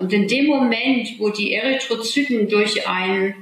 Und in dem Moment, wo die Erythrozyten durch ein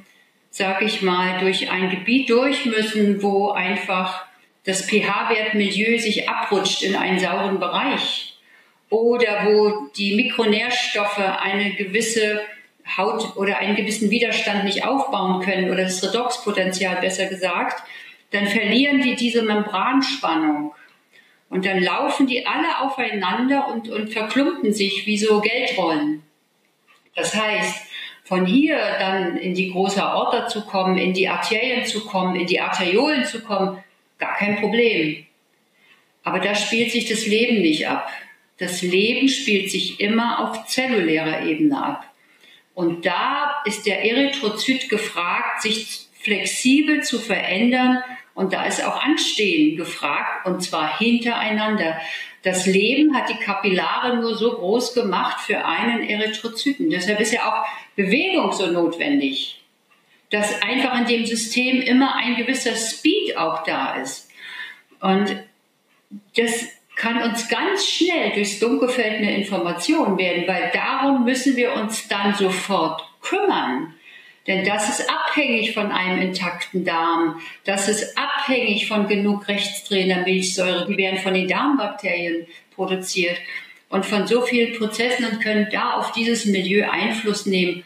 Gebiet durch müssen, wo einfach das pH-Wertmilieu sich abrutscht in einen sauren Bereich oder wo die Mikronährstoffe eine gewisse Haut oder einen gewissen Widerstand nicht aufbauen können oder das Redoxpotenzial besser gesagt, dann verlieren die diese Membranspannung. Und dann laufen die alle aufeinander und verklumpen sich wie so Geldrollen. Das heißt, von hier dann in die große Aorta zu kommen, in die Arterien zu kommen, in die Arteriolen zu kommen, gar kein Problem. Aber da spielt sich das Leben nicht ab. Das Leben spielt sich immer auf zellulärer Ebene ab. Und da ist der Erythrozyt gefragt, sich flexibel zu verändern. Und da ist auch Anstehen gefragt, und zwar hintereinander. Das Leben hat die Kapillare nur so groß gemacht für einen Erythrozyten. Deshalb ist ja auch Bewegung so notwendig, dass einfach in dem System immer ein gewisser Speed auch da ist. Und das kann uns ganz schnell durchs Dunkelfeld eine Information werden, weil darum müssen wir uns dann sofort kümmern. Denn das ist abhängig von einem intakten Darm, das ist abhängig von genug rechtsdrehender Milchsäure, die werden von den Darmbakterien produziert und von so vielen Prozessen und können da auf dieses Milieu Einfluss nehmen.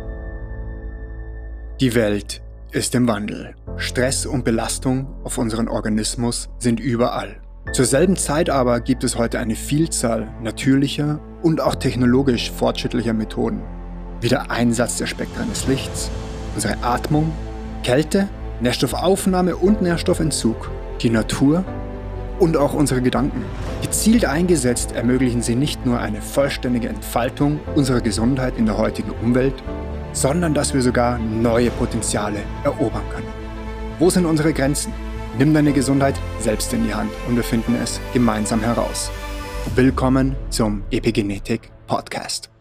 Die Welt ist im Wandel. Stress und Belastung auf unseren Organismus sind überall. Zur selben Zeit aber gibt es heute eine Vielzahl natürlicher und auch technologisch fortschrittlicher Methoden, wie der Einsatz der Spektren des Lichts, unsere Atmung, Kälte, Nährstoffaufnahme und Nährstoffentzug, die Natur und auch unsere Gedanken. Gezielt eingesetzt ermöglichen sie nicht nur eine vollständige Entfaltung unserer Gesundheit in der heutigen Umwelt, sondern dass wir sogar neue Potenziale erobern können. Wo sind unsere Grenzen? Nimm deine Gesundheit selbst in die Hand und wir finden es gemeinsam heraus. Willkommen zum Epigenetik Podcast.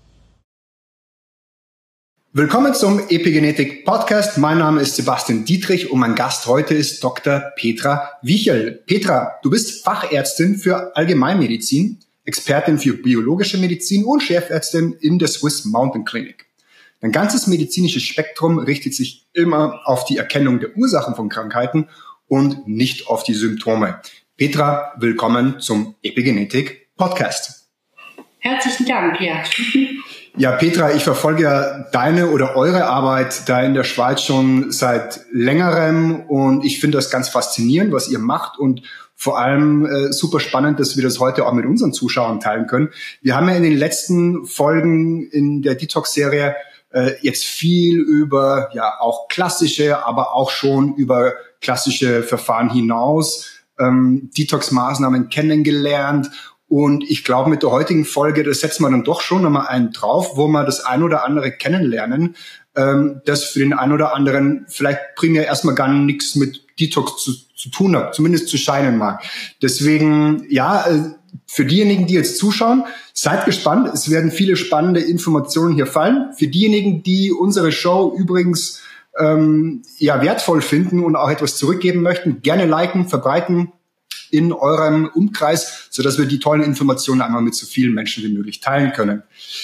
Willkommen zum Epigenetik Podcast. Mein Name ist Sebastian Dietrich und mein Gast heute ist Dr. Petra Wiechel. Petra, du bist Fachärztin für Allgemeinmedizin, Expertin für biologische Medizin und Chefärztin in der Swiss Mountain Clinic. Dein ganzes medizinisches Spektrum richtet sich immer auf die Erkennung der Ursachen von Krankheiten und nicht auf die Symptome. Petra, willkommen zum Epigenetik Podcast. Herzlichen Dank, ja. Ja, Petra, ich verfolge ja deine oder eure Arbeit da in der Schweiz schon seit längerem und ich finde das ganz faszinierend, was ihr macht und vor allem super spannend, dass wir das heute auch mit unseren Zuschauern teilen können. Wir haben ja in den letzten Folgen in der Detox-Serie jetzt viel über ja auch klassische, aber auch schon über klassische Verfahren hinaus Detox-Maßnahmen kennengelernt. Und ich glaube, mit der heutigen Folge, das setzen wir dann doch schon nochmal einen drauf, wo wir das ein oder andere kennenlernen, das für den einen oder anderen vielleicht primär erstmal gar nichts mit Detox zu tun hat, zumindest zu scheinen mag. Deswegen, ja, für diejenigen, die jetzt zuschauen, seid gespannt. Es werden viele spannende Informationen hier fallen. Für diejenigen, die unsere Show übrigens wertvoll finden und auch etwas zurückgeben möchten, gerne liken, verbreiten in eurem Umkreis, sodass wir die tollen Informationen einmal mit so vielen Menschen wie möglich teilen können.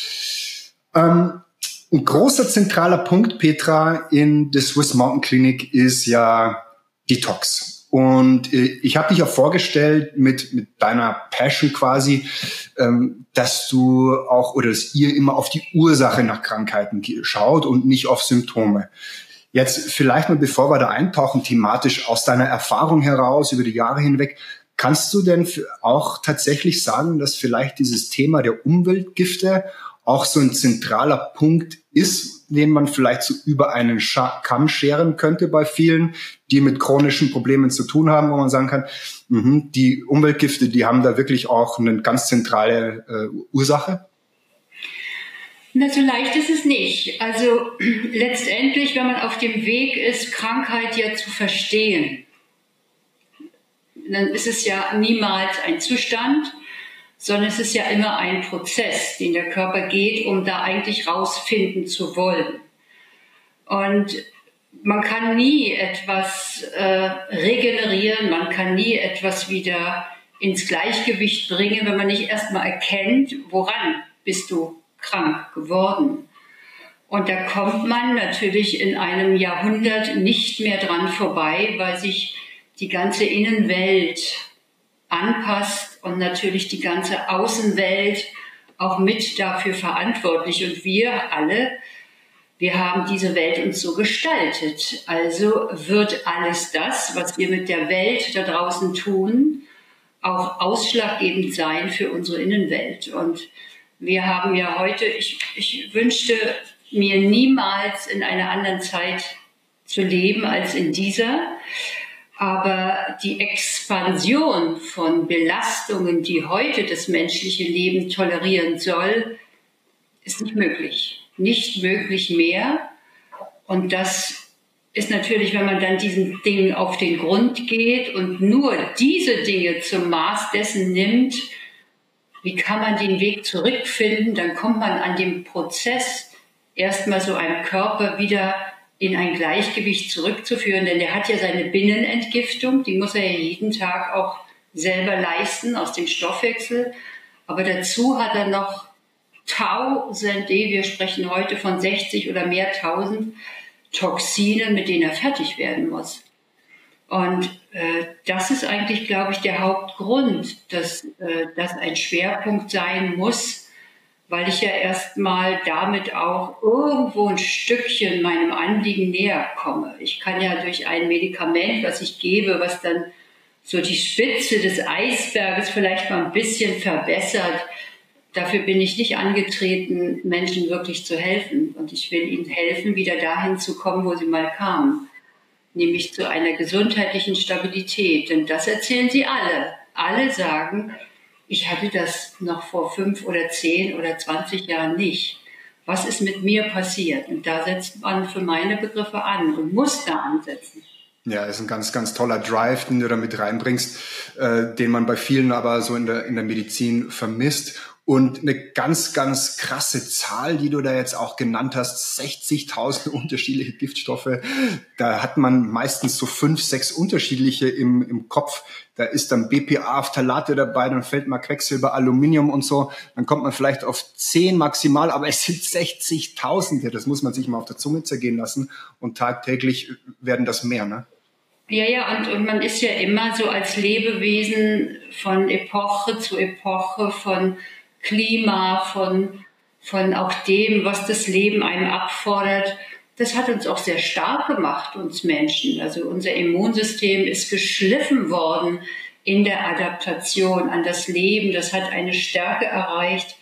Ein großer zentraler Punkt, Petra, in der Swiss Mountain Clinic ist ja Detox. Und ich habe dich ja vorgestellt mit deiner Passion quasi, dass du auch oder dass ihr immer auf die Ursache nach Krankheiten schaut und nicht auf Symptome. Jetzt vielleicht mal, bevor wir da eintauchen, thematisch aus deiner Erfahrung heraus über die Jahre hinweg, kannst du denn auch tatsächlich sagen, dass vielleicht dieses Thema der Umweltgifte auch so ein zentraler Punkt ist, den man vielleicht so über einen Kamm scheren könnte bei vielen, die mit chronischen Problemen zu tun haben, wo man sagen kann, die Umweltgifte, die haben da wirklich auch eine ganz zentrale Ursache? Na, so leicht ist es nicht. Also letztendlich, wenn man auf dem Weg ist, Krankheit ja zu verstehen, dann ist es ja niemals ein Zustand, sondern es ist ja immer ein Prozess, den der Körper geht, um da eigentlich rausfinden zu wollen. Und man kann nie etwas regenerieren, man kann nie etwas wieder ins Gleichgewicht bringen, wenn man nicht erstmal erkennt, woran bist du krank geworden. Und da kommt man natürlich in einem Jahrhundert nicht mehr dran vorbei, weil sich die ganze Innenwelt anpasst und natürlich die ganze Außenwelt auch mit dafür verantwortlich. Und wir alle, wir haben diese Welt uns so gestaltet. Also wird alles das, was wir mit der Welt da draußen tun, auch ausschlaggebend sein für unsere Innenwelt. Und wir haben ja heute, ich wünschte mir niemals in einer anderen Zeit zu leben als in dieser. Aber die Expansion von Belastungen, die heute das menschliche Leben tolerieren soll, ist nicht möglich. Nicht möglich mehr. Und das ist natürlich, wenn man dann diesen Dingen auf den Grund geht und nur diese Dinge zum Maß dessen nimmt, wie kann man den Weg zurückfinden, dann kommt man an dem Prozess erstmal so einem Körper wieder in ein Gleichgewicht zurückzuführen, denn der hat ja seine Binnenentgiftung, die muss er ja jeden Tag auch selber leisten aus dem Stoffwechsel, aber dazu hat er noch Tausende, wir sprechen heute von 60 oder mehr tausend Toxine, mit denen er fertig werden muss. Und das ist eigentlich, glaube ich, der Hauptgrund, dass das ein Schwerpunkt sein muss, weil ich ja erstmal damit auch irgendwo ein Stückchen meinem Anliegen näher komme. Ich kann ja durch ein Medikament, was ich gebe, was dann so die Spitze des Eisberges vielleicht mal ein bisschen verbessert, dafür bin ich nicht angetreten, Menschen wirklich zu helfen. Und ich will ihnen helfen, wieder dahin zu kommen, wo sie mal kamen. Nämlich zu einer gesundheitlichen Stabilität. Denn das erzählen sie alle. Alle sagen, ich hatte das noch vor 5 oder 10 oder 20 Jahren nicht. Was ist mit mir passiert? Und da setzt man für meine Begriffe an und muss da ansetzen. Ja, ist ein ganz, ganz toller Drive, den du da mit reinbringst, den man bei vielen aber so in der Medizin vermisst. Und eine ganz, ganz krasse Zahl, die du da jetzt auch genannt hast, 60.000 unterschiedliche Giftstoffe. Da hat man meistens so 5, 6 unterschiedliche im Kopf. Da ist dann BPA, Phthalate dabei, dann fällt mal Quecksilber, Aluminium und so. Dann kommt man vielleicht auf 10 maximal, aber es sind 60.000. Das muss man sich mal auf der Zunge zergehen lassen. Und tagtäglich werden das mehr, ne? Ja, und man ist ja immer so als Lebewesen von Epoche zu Epoche, von Klima, von auch dem, was das Leben einem abfordert. Das hat uns auch sehr stark gemacht, uns Menschen. Also unser Immunsystem ist geschliffen worden in der Adaptation an das Leben. Das hat eine Stärke erreicht.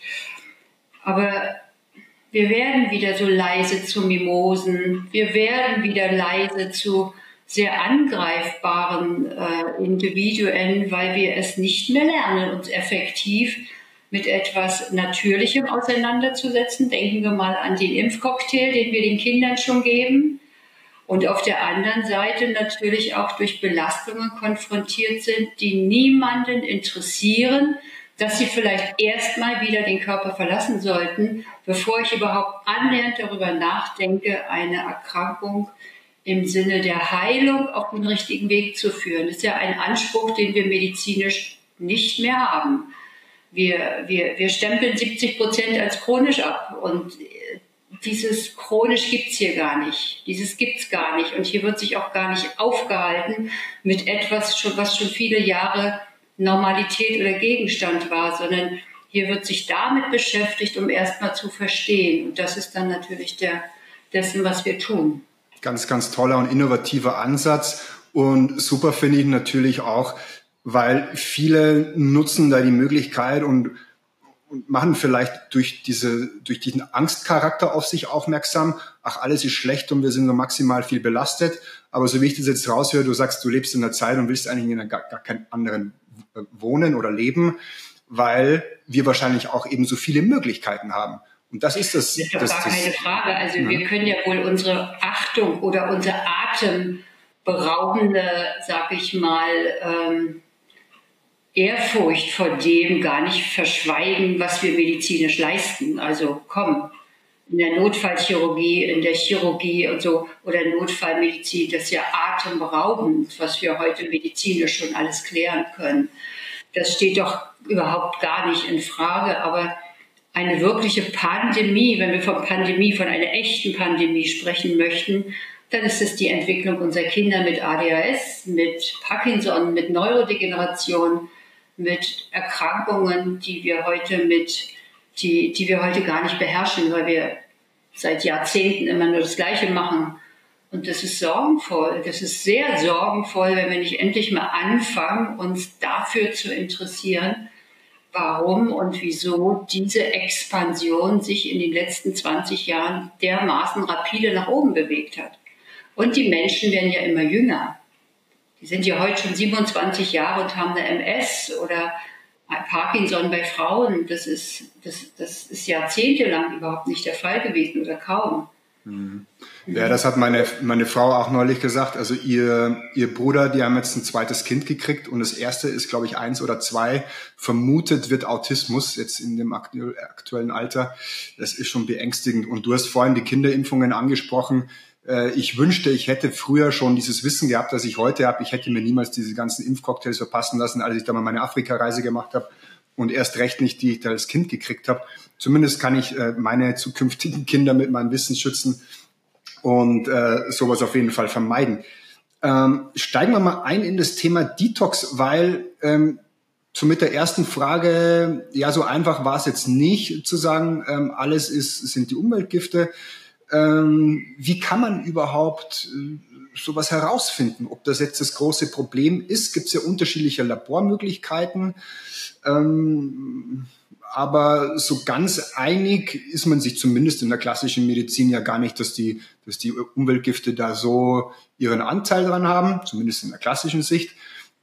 Aber wir werden wieder so leise zu Mimosen. Wir werden wieder leise zu sehr angreifbaren Individuen, weil wir es nicht mehr lernen, uns effektiv mit etwas Natürlichem auseinanderzusetzen. Denken wir mal an den Impfcocktail, den wir den Kindern schon geben. Und auf der anderen Seite natürlich auch durch Belastungen konfrontiert sind, die niemanden interessieren, dass sie vielleicht erstmal wieder den Körper verlassen sollten, bevor ich überhaupt annähernd darüber nachdenke, eine Erkrankung im Sinne der Heilung auf den richtigen Weg zu führen. Das ist ja ein Anspruch, den wir medizinisch nicht mehr haben. Wir stempeln 70% als chronisch ab und dieses chronisch gibt's hier gar nicht. Dieses gibt's gar nicht und hier wird sich auch gar nicht aufgehalten mit etwas, was schon viele Jahre Normalität oder Gegenstand war, sondern hier wird sich damit beschäftigt, um erstmal zu verstehen. Und das ist dann natürlich dessen, was wir tun. Ganz, ganz toller und innovativer Ansatz und super finde ich natürlich auch, weil viele nutzen da die Möglichkeit und machen vielleicht durch diesen Angstcharakter auf sich aufmerksam. Ach, alles ist schlecht und wir sind so maximal viel belastet. Aber so wie ich das jetzt raushöre, du sagst, du lebst in der Zeit und willst eigentlich in gar keinen anderen wohnen oder leben, weil wir wahrscheinlich auch eben so viele Möglichkeiten haben. Und das ist das. Das ist doch gar keine Frage. Also wir können ja wohl unsere Achtung oder unser atemberaubende, sag ich mal, Ehrfurcht vor dem gar nicht verschweigen, was wir medizinisch leisten. Also komm, in der Notfallchirurgie, in der Chirurgie und so oder Notfallmedizin, das ist ja atemberaubend, was wir heute medizinisch schon alles klären können. Das steht doch überhaupt gar nicht in Frage. Aber eine wirkliche Pandemie, wenn wir von Pandemie, von einer echten Pandemie sprechen möchten, dann ist es die Entwicklung unserer Kinder mit ADHS, mit Parkinson, mit Neurodegeneration, mit Erkrankungen, die wir heute gar nicht beherrschen, weil wir seit Jahrzehnten immer nur das Gleiche machen. Und das ist sorgenvoll. Das ist sehr sorgenvoll, wenn wir nicht endlich mal anfangen, uns dafür zu interessieren, warum und wieso diese Expansion sich in den letzten 20 Jahren dermaßen rapide nach oben bewegt hat. Und die Menschen werden ja immer jünger. Die sind ja heute schon 27 Jahre und haben eine MS oder Parkinson bei Frauen. Das ist jahrzehntelang überhaupt nicht der Fall gewesen oder kaum. Ja, das hat meine Frau auch neulich gesagt. Also ihr Bruder, die haben jetzt ein zweites Kind gekriegt und das erste ist, glaube ich, 1 oder 2. Vermutet wird Autismus jetzt in dem aktuellen Alter. Das ist schon beängstigend. Und du hast vorhin die Kinderimpfungen angesprochen. Ich wünschte, ich hätte früher schon dieses Wissen gehabt, das ich heute habe. Ich hätte mir niemals diese ganzen Impfcocktails verpassen lassen, als ich da mal meine Afrika-Reise gemacht habe und erst recht nicht, die ich da als Kind gekriegt habe. Zumindest kann ich meine zukünftigen Kinder mit meinem Wissen schützen und sowas auf jeden Fall vermeiden. Steigen wir mal ein in das Thema Detox, weil so mit der ersten Frage, ja, so einfach war es jetzt nicht zu sagen, alles sind die Umweltgifte. Wie kann man überhaupt sowas herausfinden? Ob das jetzt das große Problem ist, gibt es ja unterschiedliche Labormöglichkeiten. Aber so ganz einig ist man sich zumindest in der klassischen Medizin ja gar nicht, dass die Umweltgifte da so ihren Anteil dran haben, zumindest in der klassischen Sicht.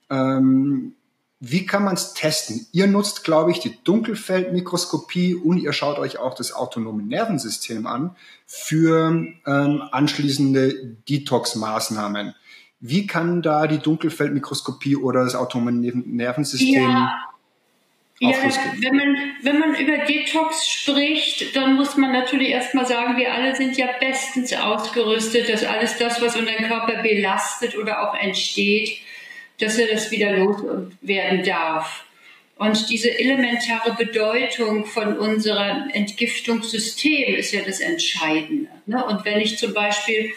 Wie kann man es testen? Ihr nutzt, glaube ich, die Dunkelfeldmikroskopie und ihr schaut euch auch das autonome Nervensystem an für anschließende Detox-Maßnahmen. Wie kann da die Dunkelfeldmikroskopie oder das autonome Nervensystem Aufschluss geben? Wenn man über Detox spricht, dann muss man natürlich erstmal sagen, wir alle sind ja bestens ausgerüstet, dass alles das, was unseren Körper belastet oder auch entsteht, dass er das wieder loswerden darf. Und diese elementare Bedeutung von unserem Entgiftungssystem ist ja das Entscheidende. Und wenn ich zum Beispiel,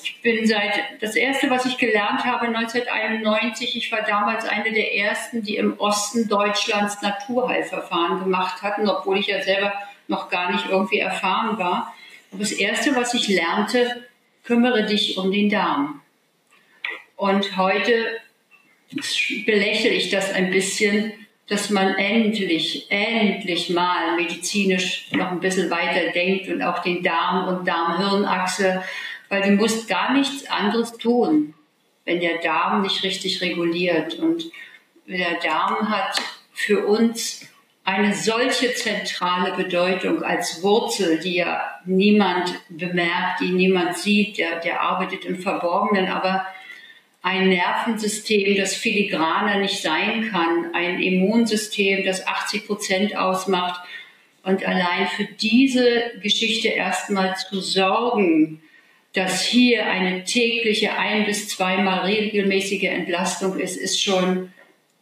das erste, was ich gelernt habe 1991, ich war damals eine der ersten, die im Osten Deutschlands Naturheilverfahren gemacht hatten, obwohl ich ja selber noch gar nicht irgendwie erfahren war. Aber das erste, was ich lernte, kümmere dich um den Darm. Und heute belächle ich das ein bisschen, dass man endlich mal medizinisch noch ein bisschen weiter denkt und auch den Darm und Darm-Hirn-Achse, weil du musst gar nichts anderes tun, wenn der Darm nicht richtig reguliert. Und der Darm hat für uns eine solche zentrale Bedeutung als Wurzel, die ja niemand bemerkt, die niemand sieht, der arbeitet im Verborgenen, aber ein Nervensystem, das filigraner nicht sein kann, ein Immunsystem, das 80% ausmacht. Und allein für diese Geschichte erstmal zu sorgen, dass hier eine tägliche 1- bis 2-mal regelmäßige Entlastung ist schon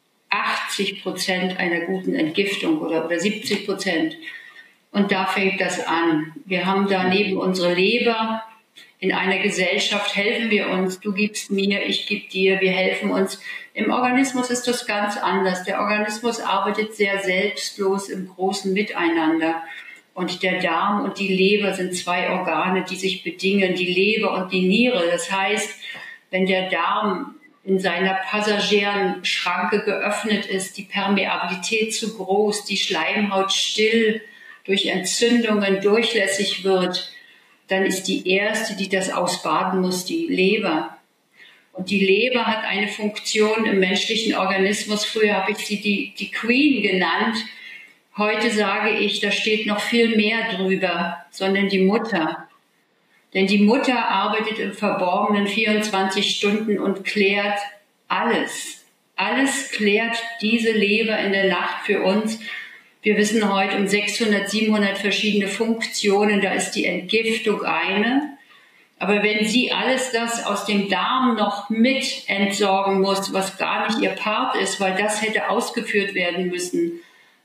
80% einer guten Entgiftung oder 70%. Und da fängt das an. Wir haben daneben unsere Leber. In einer Gesellschaft helfen wir uns, du gibst mir, ich gebe dir, wir helfen uns. Im Organismus ist das ganz anders. Der Organismus arbeitet sehr selbstlos im großen Miteinander. Und der Darm und die Leber sind 2 Organe, die sich bedingen, die Leber und die Niere. Das heißt, wenn der Darm in seiner passagieren Schranke geöffnet ist, die Permeabilität zu groß, die Schleimhaut still, durch Entzündungen durchlässig wird, dann ist die erste, die das ausbaden muss, die Leber. Und die Leber hat eine Funktion im menschlichen Organismus. Früher habe ich sie die Queen genannt. Heute sage ich, da steht noch viel mehr drüber, sondern die Mutter. Denn die Mutter arbeitet im Verborgenen 24 Stunden und klärt alles. Alles klärt diese Leber in der Nacht für uns. Wir wissen heute um 600, 700 verschiedene Funktionen, da ist die Entgiftung eine. Aber wenn sie alles das aus dem Darm noch mit entsorgen muss, was gar nicht ihr Part ist, weil das hätte ausgeführt werden müssen,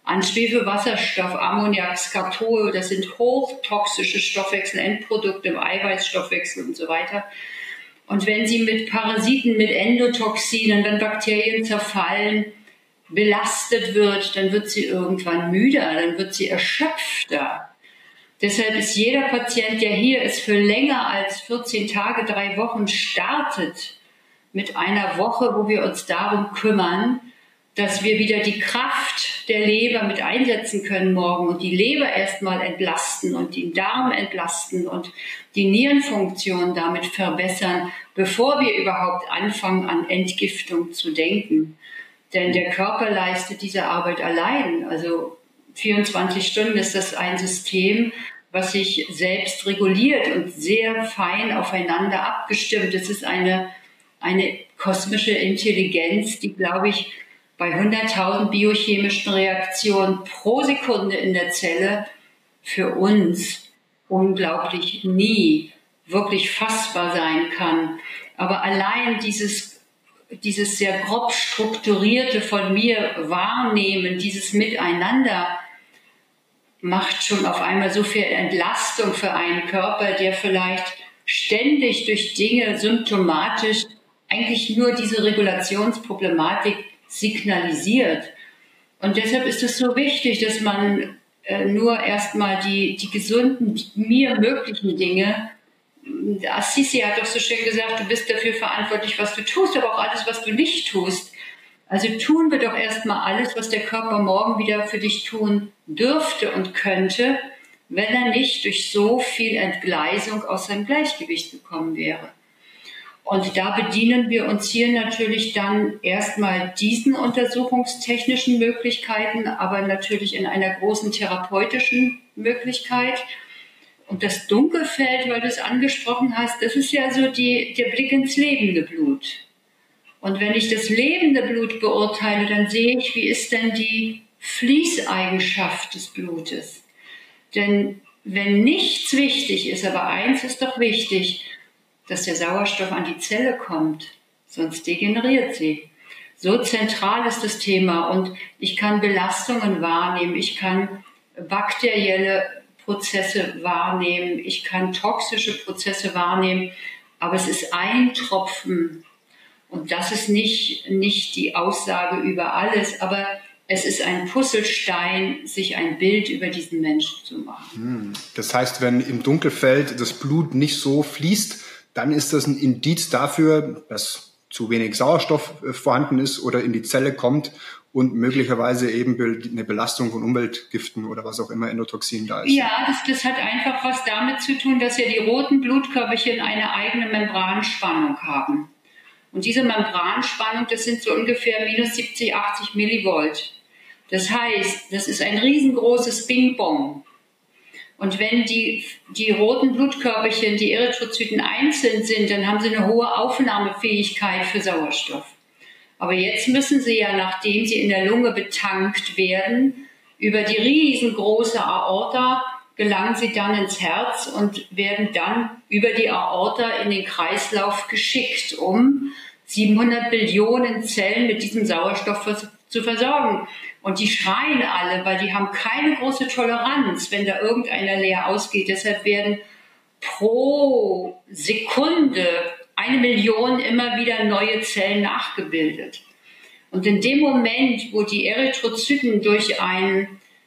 an Schwefelwasserstoff, Ammoniak, Skatol. Das sind hochtoxische Stoffwechselendprodukte im Eiweißstoffwechsel und so weiter. Und wenn sie mit Parasiten, mit Endotoxinen, wenn Bakterien zerfallen, belastet wird, dann wird sie irgendwann müder, dann wird sie erschöpfter. Deshalb ist jeder Patient, der hier ist, für länger als 14 Tage, 3 Wochen startet, mit einer Woche, wo wir uns darum kümmern, dass wir wieder die Kraft der Leber mit einsetzen können morgen und die Leber erstmal entlasten und den Darm entlasten und die Nierenfunktion damit verbessern, bevor wir überhaupt anfangen, an Entgiftung zu denken. Denn der Körper leistet diese Arbeit allein. Also 24 Stunden ist das ein System, was sich selbst reguliert und sehr fein aufeinander abgestimmt. Es ist eine kosmische Intelligenz, die, glaube ich, bei 100.000 biochemischen Reaktionen pro Sekunde in der Zelle für uns unglaublich nie wirklich fassbar sein kann. Aber allein dieses sehr grob strukturierte von mir wahrnehmen, dieses Miteinander, macht schon auf einmal so viel Entlastung für einen Körper, der vielleicht ständig durch Dinge symptomatisch eigentlich nur diese Regulationsproblematik signalisiert. Und deshalb ist es so wichtig, dass man nur erstmal die gesunden, mir möglichen Dinge, Assisi hat doch so schön gesagt, du bist dafür verantwortlich, was du tust, aber auch alles, was du nicht tust. Also tun wir doch erstmal alles, was der Körper morgen wieder für dich tun dürfte und könnte, wenn er nicht durch so viel Entgleisung aus seinem Gleichgewicht gekommen wäre. Und da bedienen wir uns hier natürlich dann erstmal diesen untersuchungstechnischen Möglichkeiten, aber natürlich in einer großen therapeutischen Möglichkeit. Und das Dunkelfeld, weil du es angesprochen hast, das ist ja so der Blick ins lebende Blut. Und wenn ich das lebende Blut beurteile, dann sehe ich, wie ist denn die Fließeigenschaft des Blutes. Denn wenn nichts wichtig ist, aber eins ist doch wichtig, dass der Sauerstoff an die Zelle kommt, sonst degeneriert sie. So zentral ist das Thema und ich kann Belastungen wahrnehmen, ich kann bakterielle Prozesse wahrnehmen, ich kann toxische Prozesse wahrnehmen, aber es ist ein Tropfen und das ist nicht die Aussage über alles, aber es ist ein Puzzlestein, sich ein Bild über diesen Menschen zu machen. Das heißt, wenn im Dunkelfeld das Blut nicht so fließt, dann ist das ein Indiz dafür, dass zu wenig Sauerstoff vorhanden ist oder in die Zelle kommt und möglicherweise eben eine Belastung von Umweltgiften oder was auch immer Endotoxin da ist. Ja, das hat einfach was damit zu tun, dass ja die roten Blutkörperchen eine eigene Membranspannung haben. Und diese Membranspannung, das sind so ungefähr minus 70, 80 Millivolt. Das heißt, das ist ein riesengroßes Ping-Pong. Und wenn die roten Blutkörperchen, die Erythrozyten einzeln sind, dann haben sie eine hohe Aufnahmefähigkeit für Sauerstoff. Aber jetzt müssen sie ja, nachdem sie in der Lunge betankt werden, über die riesengroße Aorta gelangen sie dann ins Herz und werden dann über die Aorta in den Kreislauf geschickt, um 700 Billionen Zellen mit diesem Sauerstoff zu versorgen. Und die schreien alle, weil die haben keine große Toleranz, wenn da irgendeiner leer ausgeht. Deshalb werden pro Sekunde 1 Million immer wieder neue Zellen nachgebildet. Und in dem Moment, wo die Erythrozyten durch ein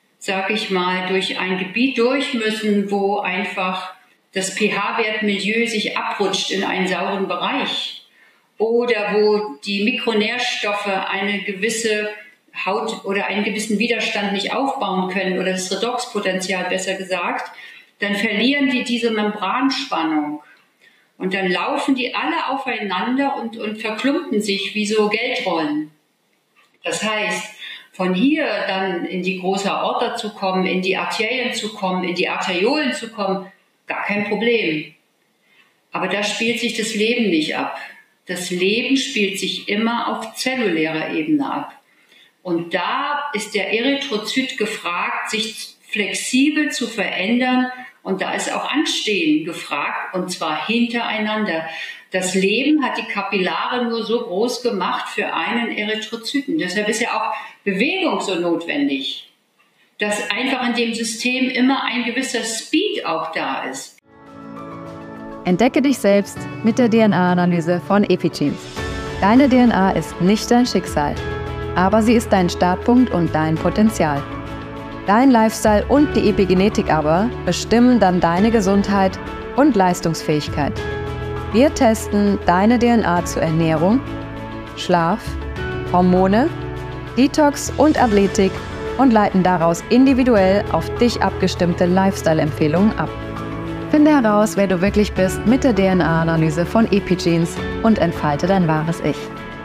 Gebiet durch müssen, wo einfach das pH-Wertmilieu sich abrutscht in einen sauren Bereich oder wo die Mikronährstoffe eine gewisse Haut oder einen gewissen Widerstand nicht aufbauen können oder das Redoxpotenzial besser gesagt, dann verlieren die diese Membranspannung. Und dann laufen die alle aufeinander und verklumpen sich wie so Geldrollen. Das heißt, von hier dann in die große Aorta zu kommen, in die Arterien zu kommen, in die Arteriolen zu kommen, gar kein Problem. Aber da spielt sich das Leben nicht ab. Das Leben spielt sich immer auf zellulärer Ebene ab. Und da ist der Erythrozyt gefragt, sich flexibel zu verändern. Und da ist auch Anstehen gefragt, und zwar hintereinander. Das Leben hat die Kapillare nur so groß gemacht für einen Erythrozyten. Deshalb ist ja auch Bewegung so notwendig. dass einfach in dem System immer ein gewisser Speed auch da ist. Entdecke dich selbst mit der DNA-Analyse von Epigenes. Deine DNA ist nicht dein Schicksal, aber sie ist dein Startpunkt und dein Potenzial. Dein Lifestyle und die Epigenetik aber bestimmen dann deine Gesundheit und Leistungsfähigkeit. Wir testen deine DNA zu Ernährung, Schlaf, Hormone, Detox und Athletik und leiten daraus individuell auf dich abgestimmte Lifestyle-Empfehlungen ab. Finde heraus, wer du wirklich bist mit der DNA-Analyse von Epigenes und entfalte dein wahres Ich.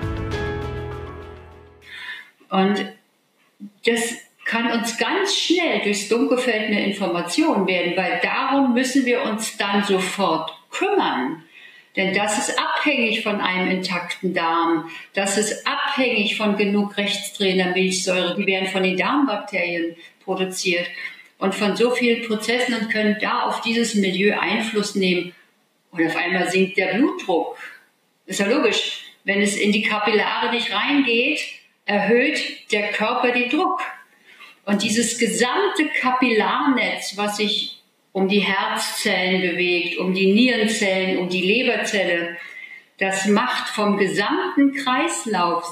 Und das kann uns ganz schnell durchs Dunkelfeld eine Information werden, weil darum müssen wir uns dann sofort kümmern. Denn das ist abhängig von einem intakten Darm, das ist abhängig von genug Rechtsträgermilchsäure, die werden von den Darmbakterien produziert und von so vielen Prozessen und können da auf dieses Milieu Einfluss nehmen. Und auf einmal sinkt der Blutdruck. Ist ja logisch, wenn es in die Kapillare nicht reingeht, erhöht der Körper den Druck. Und dieses gesamte Kapillarnetz, was sich um die Herzzellen bewegt, um die Nierenzellen, um die Leberzelle, das macht vom gesamten Kreislauf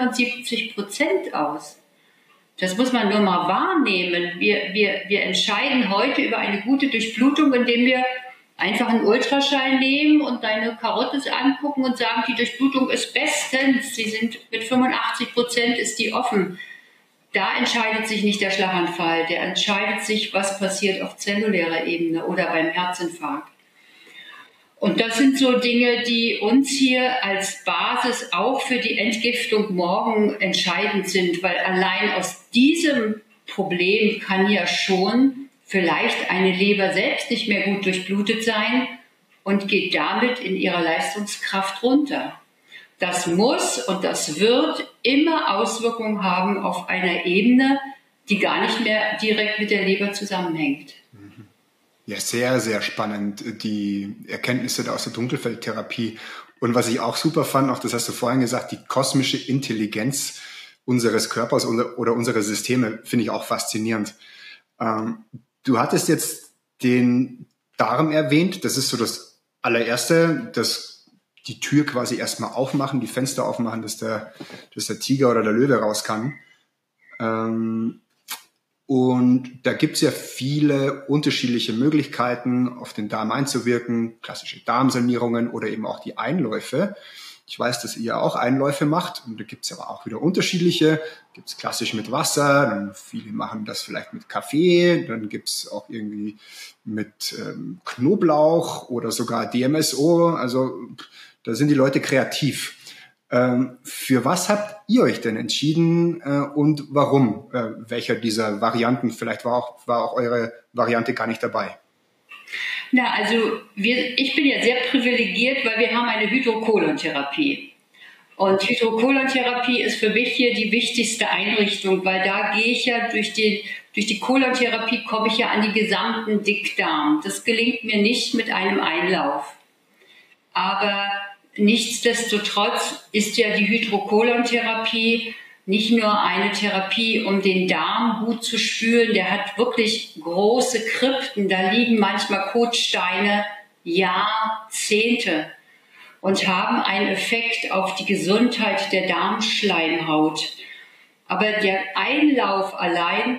77% aus. Das muss man nur mal wahrnehmen. Wir entscheiden heute über eine gute Durchblutung, indem wir einfach einen Ultraschall nehmen und deine Karotte angucken und sagen, die Durchblutung ist bestens. Sie sind mit 85% ist die offen. Da entscheidet sich nicht der Schlaganfall, der entscheidet sich, was passiert auf zellulärer Ebene oder beim Herzinfarkt. Und das sind so Dinge, die uns hier als Basis auch für die Entgiftung morgen entscheidend sind, weil allein aus diesem Problem kann ja schon vielleicht eine Leber selbst nicht mehr gut durchblutet sein und geht damit in ihrer Leistungskraft runter. Das muss und das wird immer Auswirkungen haben auf einer Ebene, die gar nicht mehr direkt mit der Leber zusammenhängt. Ja, sehr, sehr spannend, die Erkenntnisse aus der Dunkelfeldtherapie. Und was ich auch super fand, auch das hast du vorhin gesagt, die kosmische Intelligenz unseres Körpers oder unserer Systeme, finde ich auch faszinierend. Du hattest jetzt den Darm erwähnt, das ist so das allererste, die Tür quasi erstmal aufmachen, die Fenster aufmachen, dass der Tiger oder der Löwe raus kann. Und da gibt's ja viele unterschiedliche Möglichkeiten, auf den Darm einzuwirken, klassische Darmsanierungen oder eben auch die Einläufe. Ich weiß, dass ihr auch Einläufe macht und da gibt's aber auch wieder unterschiedliche. Gibt's klassisch mit Wasser, dann viele machen das vielleicht mit Kaffee, dann gibt's auch irgendwie mit Knoblauch oder sogar DMSO, also da sind die Leute kreativ. Für was habt ihr euch denn entschieden und warum? Welcher dieser Varianten? Vielleicht war auch eure Variante gar nicht dabei. Na, also ich bin ja sehr privilegiert, weil wir haben eine Hydrokolontherapie. Und Hydrokolontherapie ist für mich hier die wichtigste Einrichtung, weil da gehe ich ja durch die Kolontherapie komme ich ja an die gesamten Dickdarm. Das gelingt mir nicht mit einem Einlauf. Aber nichtsdestotrotz ist ja die Hydrokolontherapie nicht nur eine Therapie, um den Darm gut zu spülen. Der hat wirklich große Krypten. Da liegen manchmal Kotsteine Jahrzehnte und haben einen Effekt auf die Gesundheit der Darmschleimhaut. Aber der Einlauf allein,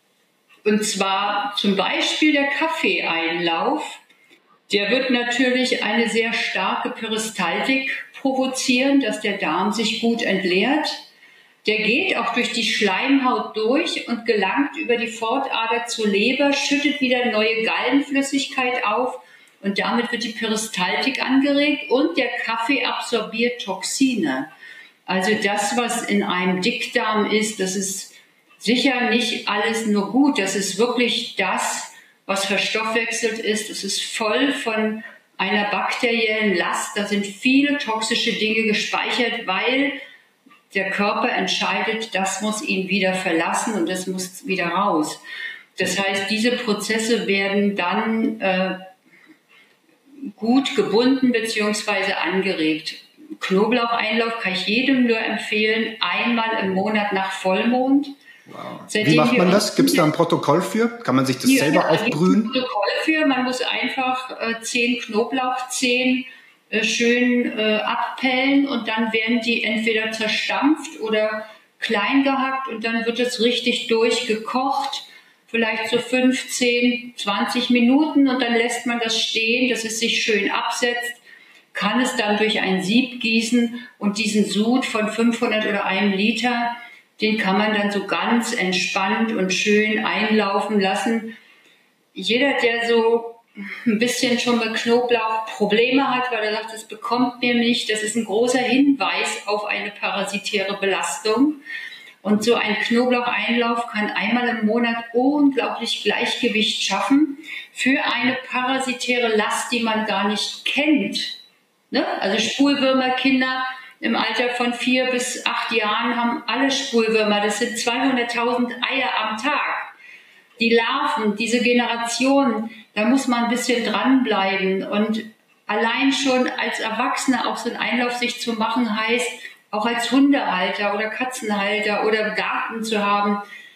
und zwar zum Beispiel der Kaffeeeinlauf, der wird natürlich eine sehr starke Peristaltik provozieren, dass der Darm sich gut entleert. Der geht auch durch die Schleimhaut durch und gelangt über die Fortader zur Leber, schüttet wieder neue Gallenflüssigkeit auf und damit wird die Peristaltik angeregt und der Kaffee absorbiert Toxine. Also das, was in einem Dickdarm ist, das ist sicher nicht alles nur gut. Das ist wirklich das, was verstoffwechselt ist. Es ist voll von einer bakteriellen Last. Da sind viele toxische Dinge gespeichert, weil der Körper entscheidet, das muss ihn wieder verlassen und das muss wieder raus. Das heißt, diese Prozesse werden dann gut gebunden bzw. angeregt. Knoblaucheinlauf kann ich jedem nur empfehlen, einmal im Monat nach Vollmond. Wow. Seitdem Wie macht man das? Gibt es da ein Protokoll für? Kann man sich das selber aufbrühen? Ein Protokoll für. Man muss einfach 10 Knoblauchzehen schön abpellen und dann werden die entweder zerstampft oder klein gehackt und dann wird es richtig durchgekocht, vielleicht so 15, 20 Minuten und dann lässt man das stehen, dass es sich schön absetzt, kann es dann durch ein Sieb gießen und diesen Sud von 500 oder 1 Liter, den kann man dann so ganz entspannt und schön einlaufen lassen. Jeder, der so ein bisschen schon mit Knoblauch Probleme hat, weil er sagt, das bekommt mir nicht, das ist ein großer Hinweis auf eine parasitäre Belastung. Und so ein Knoblaucheinlauf kann einmal im Monat unglaublich Gleichgewicht schaffen für eine parasitäre Last, die man gar nicht kennt. Ne? Also Spulwürmerkinder im Alter von 4 bis 8 Jahren haben alle Spulwürmer. Das sind 200.000 Eier am Tag. Die Larven, diese Generation, da muss man ein bisschen dranbleiben. Und allein schon als Erwachsener auch so einen Einlauf sich zu machen, heißt, auch als Hundehalter oder Katzenhalter oder Garten zu haben.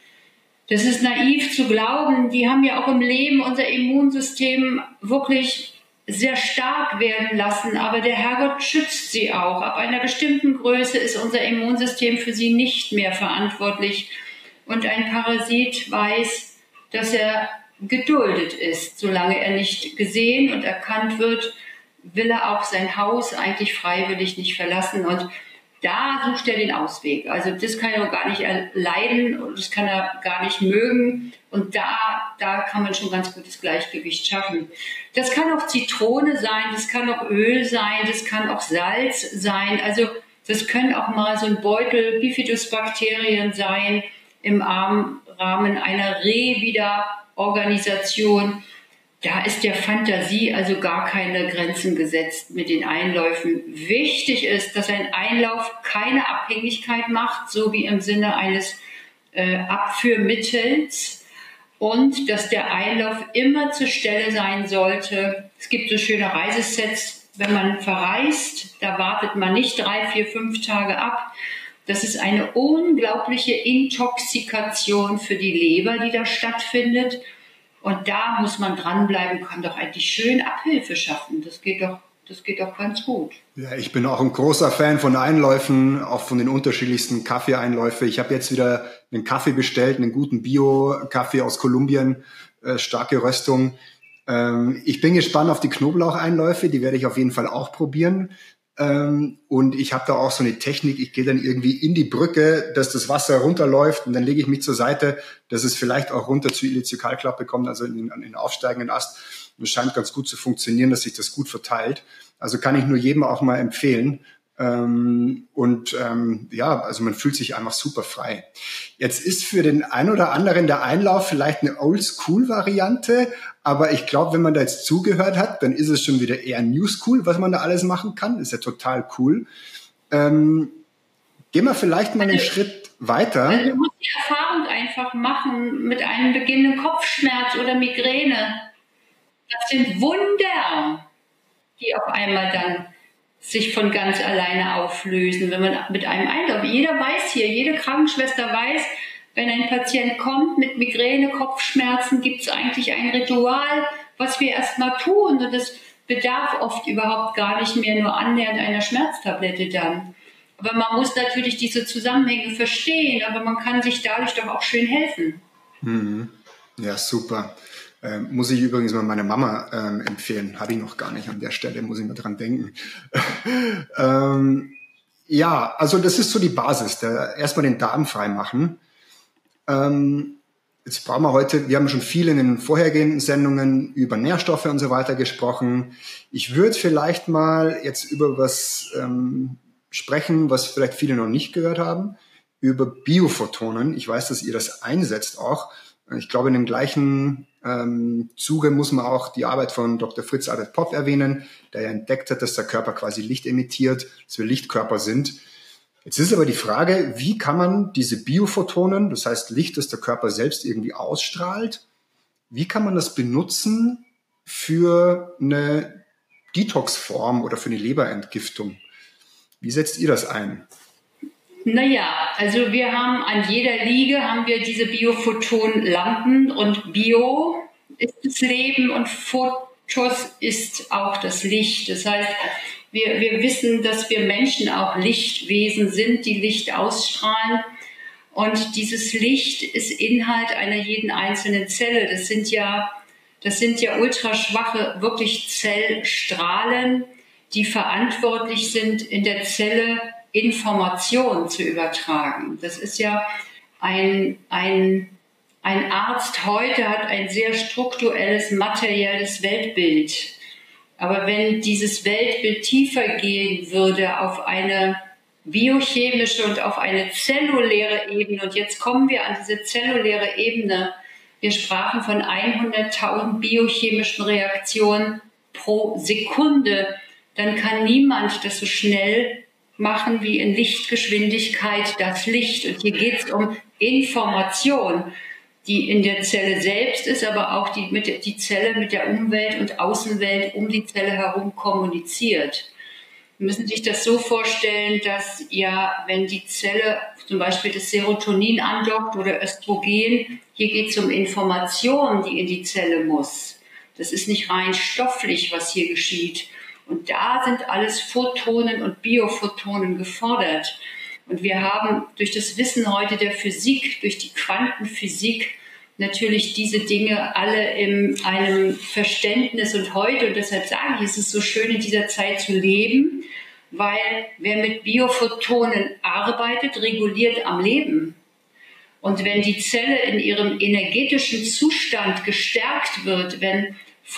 Das ist naiv zu glauben. Die haben ja auch im Leben unser Immunsystem wirklich sehr stark werden lassen. Aber der Herrgott schützt sie auch. Ab einer bestimmten Größe ist unser Immunsystem für sie nicht mehr verantwortlich. Und ein Parasit weiß, dass er geduldet ist. Solange er nicht gesehen und erkannt wird, will er auch sein Haus eigentlich freiwillig nicht verlassen. Und da sucht er den Ausweg. Also das kann er gar nicht erleiden und das kann er gar nicht mögen. Und da kann man schon ganz gutes Gleichgewicht schaffen. Das kann auch Zitrone sein, das kann auch Öl sein, das kann auch Salz sein. Also das können auch mal so ein Beutel Bifidusbakterien sein im Rahmen einer Reviderorganisation. Da ist der Fantasie also gar keine Grenzen gesetzt mit den Einläufen. Wichtig ist, dass ein Einlauf keine Abhängigkeit macht, so wie im Sinne eines Abführmittels, und dass der Einlauf immer zur Stelle sein sollte. Es gibt so schöne Reisesets, wenn man verreist, da wartet man nicht 3, 4, 5 Tage ab. Das ist eine unglaubliche Intoxikation für die Leber, die da stattfindet. Und da muss man dranbleiben, kann doch eigentlich schön Abhilfe schaffen. Das geht doch ganz gut. Ja, ich bin auch ein großer Fan von Einläufen, auch von den unterschiedlichsten Kaffeeeinläufen. Ich habe jetzt wieder einen Kaffee bestellt, einen guten Bio-Kaffee aus Kolumbien, starke Röstung. Ich bin gespannt auf die Knoblaucheinläufe, die werde ich auf jeden Fall auch probieren. Und ich habe da auch so eine Technik, ich gehe dann irgendwie in die Brücke, dass das Wasser runterläuft und dann lege ich mich zur Seite, dass es vielleicht auch runter zur Ileozekalklappe kommt, also in den aufsteigenden Ast. Und es scheint ganz gut zu funktionieren, dass sich das gut verteilt. Also kann ich nur jedem auch mal empfehlen. Ja, also man fühlt sich einfach super frei. Jetzt ist für den einen oder anderen der Einlauf vielleicht eine Oldschool-Variante, aber ich glaube, wenn man da jetzt zugehört hat, dann ist es schon wieder eher Newschool, was man da alles machen kann. Ist ja total cool. Gehen wir vielleicht mal einen Schritt weiter. Also du musst die Erfahrung einfach machen mit einem beginnenden Kopfschmerz oder Migräne. Das sind Wunder, die auf einmal dann sich von ganz alleine auflösen, wenn man mit einem Einlauf. Jeder weiß hier, jede Krankenschwester weiß, wenn ein Patient kommt mit Migräne, Kopfschmerzen, gibt es eigentlich ein Ritual, was wir erstmal tun. Und das bedarf oft überhaupt gar nicht mehr nur annähernd einer Schmerztablette dann. Aber man muss natürlich diese Zusammenhänge verstehen, aber man kann sich dadurch doch auch schön helfen. Mhm. Ja, super. Muss ich übrigens mal meiner Mama empfehlen. Habe ich noch gar nicht an der Stelle, muss ich mal dran denken. Ja, also das ist so die Basis. Erstmal den Darm frei machen. Jetzt brauchen wir haben schon viel in den vorhergehenden Sendungen über Nährstoffe und so weiter gesprochen. Ich würde vielleicht mal jetzt über was sprechen, was vielleicht viele noch nicht gehört haben, über Biophotonen. Ich weiß, dass ihr das einsetzt auch. Ich glaube, in dem gleichen Zuge muss man auch die Arbeit von Dr. Fritz Albert Popp erwähnen, der ja entdeckt hat, dass der Körper quasi Licht emittiert, dass wir Lichtkörper sind. Jetzt ist aber die Frage, wie kann man diese Biophotonen, das heißt Licht, das der Körper selbst irgendwie ausstrahlt, wie kann man das benutzen für eine Detox-Form oder für eine Leberentgiftung? Wie setzt ihr das ein? Naja, also wir haben an jeder Liege haben wir diese Biophotonlampen und Bio ist das Leben und Photos ist auch das Licht. Das heißt, wir wissen, dass wir Menschen auch Lichtwesen sind, die Licht ausstrahlen. Und dieses Licht ist Inhalt einer jeden einzelnen Zelle. Das sind ja ultraschwache, wirklich Zellstrahlen, die verantwortlich sind, in der Zelle Informationen zu übertragen. Das ist ja ein Arzt heute hat ein sehr strukturelles, materielles Weltbild. Aber wenn dieses Weltbild tiefer gehen würde auf eine biochemische und auf eine zelluläre Ebene, und jetzt kommen wir an diese zelluläre Ebene, wir sprachen von 100.000 biochemischen Reaktionen pro Sekunde, dann kann niemand das so schnell machen wie in Lichtgeschwindigkeit das Licht. Und hier geht es um Information, die in der Zelle selbst ist, aber auch die Zelle mit der Umwelt und Außenwelt um die Zelle herum kommuniziert. Sie müssen sich das so vorstellen, dass ja, wenn die Zelle zum Beispiel das Serotonin andockt oder Östrogen, hier geht es um Information, die in die Zelle muss. Das ist nicht rein stofflich, was hier geschieht. Und da sind alles Photonen und Biophotonen gefordert. Und wir haben durch das Wissen heute der Physik, durch die Quantenphysik, natürlich diese Dinge alle in einem Verständnis. Und heute, und deshalb sage ich, es ist so schön in dieser Zeit zu leben, weil wer mit Biophotonen arbeitet, reguliert am Leben. Und wenn die Zelle in ihrem energetischen Zustand gestärkt wird, wenn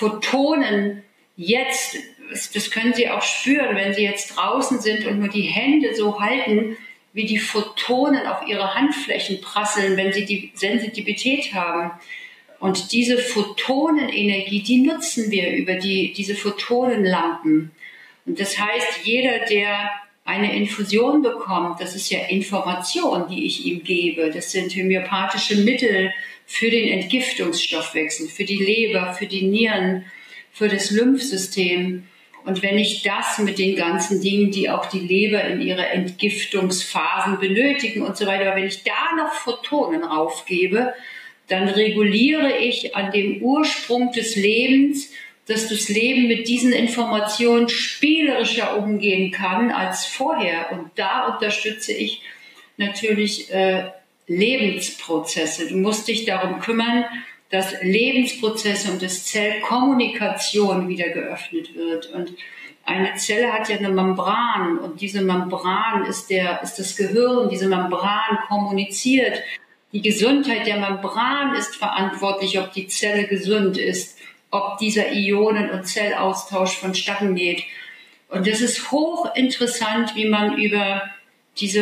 Photonen jetzt, das können Sie auch spüren, wenn Sie jetzt draußen sind und nur die Hände so halten, wie die Photonen auf Ihre Handflächen prasseln, wenn Sie die Sensitivität haben. Und diese Photonenenergie, die nutzen wir über diese Photonenlampen. Und das heißt, jeder, der eine Infusion bekommt, das ist ja Information, die ich ihm gebe. Das sind homöopathische Mittel für den Entgiftungsstoffwechsel, für die Leber, für die Nieren, für das Lymphsystem. Und wenn ich das mit den ganzen Dingen, die auch die Leber in ihre Entgiftungsphasen benötigen und so weiter, wenn ich da noch Photonen aufgebe, dann reguliere ich an dem Ursprung des Lebens, dass das Leben mit diesen Informationen spielerischer umgehen kann als vorher. Und da unterstütze ich natürlich Lebensprozesse. Du musst dich darum kümmern, dass Lebensprozesse und das Zellkommunikation wieder geöffnet wird. Und eine Zelle hat ja eine Membran und diese Membran ist das Gehirn. Diese Membran kommuniziert. Die Gesundheit der Membran ist verantwortlich, ob die Zelle gesund ist, ob dieser Ionen- und Zellaustausch vonstatten geht. Und das ist hochinteressant, wie man über diese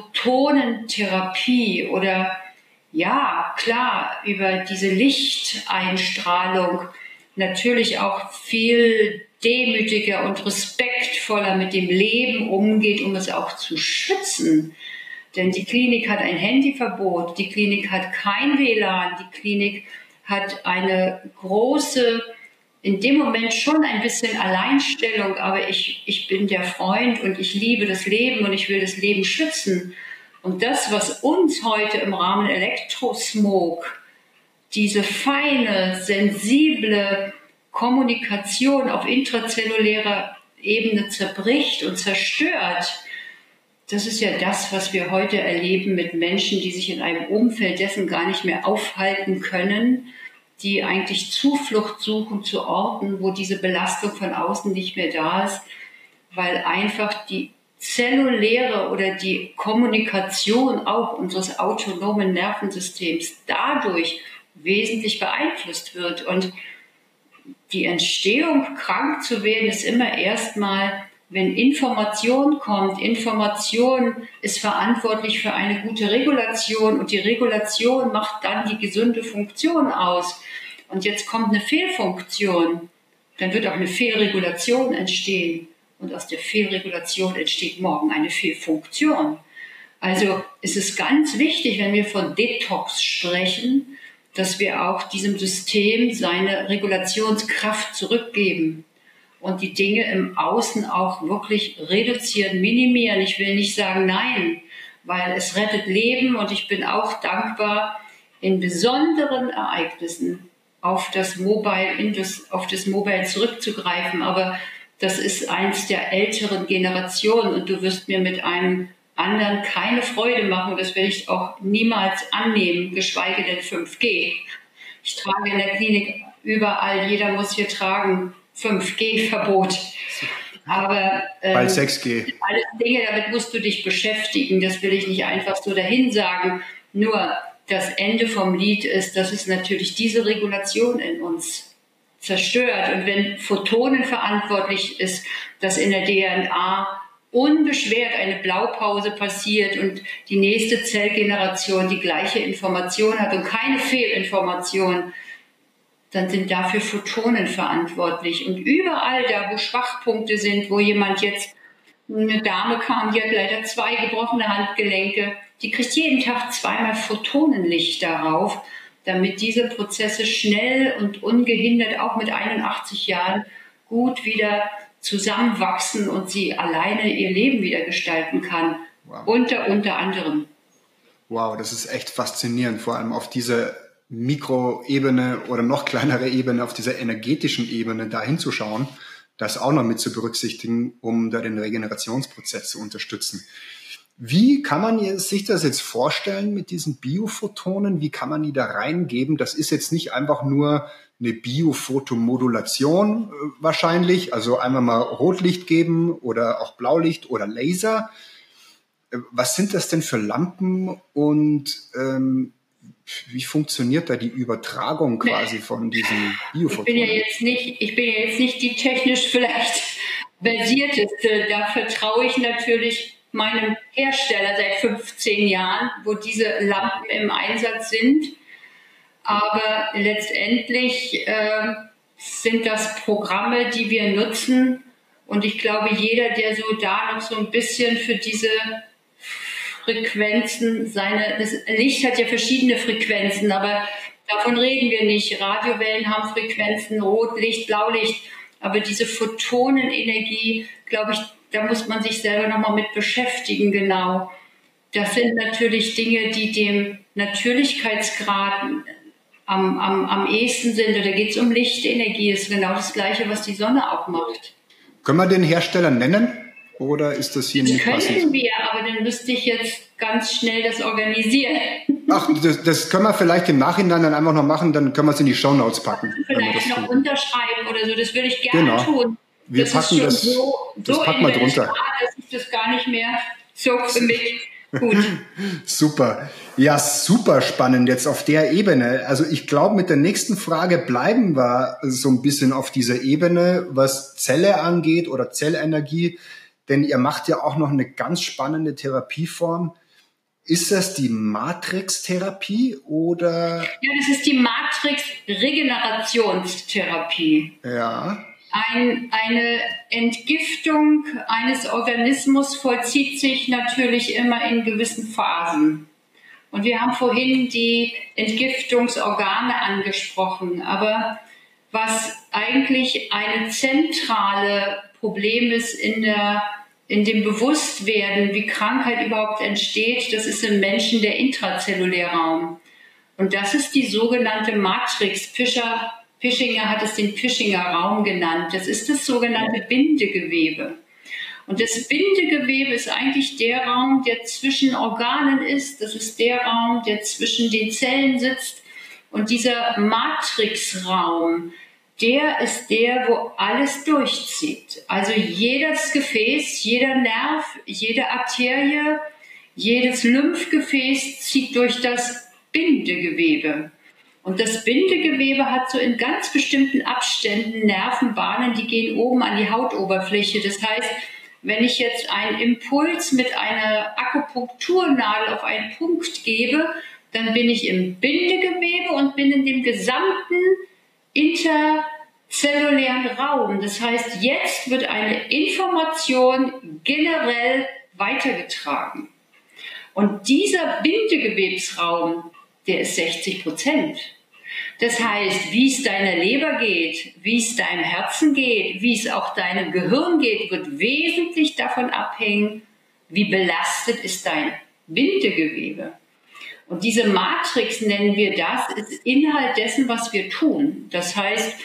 Photonentherapie oder ja, klar, über diese Lichteinstrahlung natürlich auch viel demütiger und respektvoller mit dem Leben umgeht, um es auch zu schützen. Denn die Klinik hat ein Handyverbot, die Klinik hat kein WLAN, die Klinik hat eine große, in dem Moment schon ein bisschen Alleinstellung, aber ich bin der Freund und ich liebe das Leben und ich will das Leben schützen. Und das, was uns heute im Rahmen Elektrosmog, diese feine, sensible Kommunikation auf intrazellulärer Ebene zerbricht und zerstört, das ist ja das, was wir heute erleben mit Menschen, die sich in einem Umfeld dessen gar nicht mehr aufhalten können, die eigentlich Zuflucht suchen zu Orten, wo diese Belastung von außen nicht mehr da ist, weil einfach die zelluläre oder die Kommunikation auch unseres autonomen Nervensystems dadurch wesentlich beeinflusst wird. Und die Entstehung, krank zu werden, ist immer erstmal, wenn Information kommt. Information ist verantwortlich für eine gute Regulation und die Regulation macht dann die gesunde Funktion aus. Und jetzt kommt eine Fehlfunktion, dann wird auch eine Fehlregulation entstehen. Und aus der Fehlregulation entsteht morgen eine Fehlfunktion. Also ist es ganz wichtig, wenn wir von Detox sprechen, dass wir auch diesem System seine Regulationskraft zurückgeben und die Dinge im Außen auch wirklich reduzieren, minimieren. Ich will nicht sagen nein, weil es rettet Leben und ich bin auch dankbar, in besonderen Ereignissen auf das Mobile zurückzugreifen. Aber das ist eins der älteren Generationen und du wirst mir mit einem anderen keine Freude machen. Das werde ich auch niemals annehmen, geschweige denn 5G. Ich trage in der Klinik überall, jeder muss hier tragen, 5G-Verbot. Aber bald 6G. Alles Dinge, damit musst du dich beschäftigen. Das will ich nicht einfach so dahin sagen. Nur das Ende vom Lied ist, dass es natürlich diese Regulation in uns zerstört. Und wenn Photonen verantwortlich ist, dass in der DNA unbeschwert eine Blaupause passiert und die nächste Zellgeneration die gleiche Information hat und keine Fehlinformation, dann sind dafür Photonen verantwortlich. Und überall da, wo Schwachpunkte sind, wo jemand jetzt, eine Dame kam, die hat leider 2 gebrochene Handgelenke, die kriegt jeden Tag 2-mal Photonenlicht darauf, damit diese Prozesse schnell und ungehindert, auch mit 81 Jahren, gut wieder zusammenwachsen und sie alleine ihr Leben wieder gestalten kann. Wow. Unter anderem. Wow, das ist echt faszinierend, vor allem auf dieser Mikroebene oder noch kleinere Ebene, auf dieser energetischen Ebene da hinzuschauen, das auch noch mit zu berücksichtigen, um da den Regenerationsprozess zu unterstützen. Wie kann man sich das jetzt vorstellen mit diesen Biophotonen? Wie kann man die da reingeben? Das ist jetzt nicht einfach nur eine Biophotomodulation wahrscheinlich, also einmal mal Rotlicht geben oder auch Blaulicht oder Laser. Was sind das denn für Lampen und wie funktioniert da die Übertragung quasi von diesen Biophotonen? Ich bin ja jetzt nicht die technisch vielleicht versierteste. Da vertraue ich natürlich meinem Hersteller seit 15 Jahren, wo diese Lampen im Einsatz sind. Aber letztendlich sind das Programme, die wir nutzen. Und ich glaube, jeder, der so da noch so ein bisschen für diese Frequenzen, das Licht hat ja verschiedene Frequenzen, aber davon reden wir nicht. Radiowellen haben Frequenzen, Rotlicht, Blaulicht. Aber diese Photonenenergie, glaube ich, da muss man sich selber nochmal mit beschäftigen, genau. Das sind natürlich Dinge, die dem Natürlichkeitsgrad am ehesten sind. Da geht es um Lichtenergie. Das ist genau das Gleiche, was die Sonne auch macht. Können wir den Hersteller nennen? Oder ist das hier nicht passend? Das können wir, aber dann müsste ich jetzt ganz schnell das organisieren. Ach, das können wir vielleicht im Nachhinein dann einfach noch machen, dann können wir es in die Shownotes packen. Vielleicht noch unterschreiben oder so, das würde ich gerne tun. Wir packen das, das packen wir drunter. Das ist das gar nicht mehr so für mich gut. Super. Ja, super spannend jetzt auf der Ebene. Also ich glaube, mit der nächsten Frage bleiben wir so ein bisschen auf dieser Ebene, was Zelle angeht oder Zellenergie. Denn ihr macht ja auch noch eine ganz spannende Therapieform. Ist das die Matrix-Therapie oder? Ja, das ist die Matrix-Regenerationstherapie. Ja. Eine Entgiftung eines Organismus vollzieht sich natürlich immer in gewissen Phasen. Und wir haben vorhin die Entgiftungsorgane angesprochen. Aber was eigentlich eine zentrale Problem ist in dem Bewusstwerden, wie Krankheit überhaupt entsteht, das ist im Menschen der Intrazellulärraum. Und das ist die sogenannte Matrix. Pischinger hat es den Pischinger Raum genannt. Das ist das sogenannte Bindegewebe. Und das Bindegewebe ist eigentlich der Raum, der zwischen Organen ist. Das ist der Raum, der zwischen den Zellen sitzt. Und dieser Matrixraum, der ist der, wo alles durchzieht. Also jedes Gefäß, jeder Nerv, jede Arterie, jedes Lymphgefäß zieht durch das Bindegewebe. Und das Bindegewebe hat so in ganz bestimmten Abständen Nervenbahnen, die gehen oben an die Hautoberfläche. Das heißt, wenn ich jetzt einen Impuls mit einer Akupunkturnadel auf einen Punkt gebe, dann bin ich im Bindegewebe und bin in dem gesamten interzellulären Raum. Das heißt, jetzt wird eine Information generell weitergetragen. Und dieser Bindegewebsraum, der ist 60%. Das heißt, wie es deiner Leber geht, wie es deinem Herzen geht, wie es auch deinem Gehirn geht, wird wesentlich davon abhängen, wie belastet ist dein Bindegewebe. Und diese Matrix, nennen wir das, ist Inhalt dessen, was wir tun. Das heißt,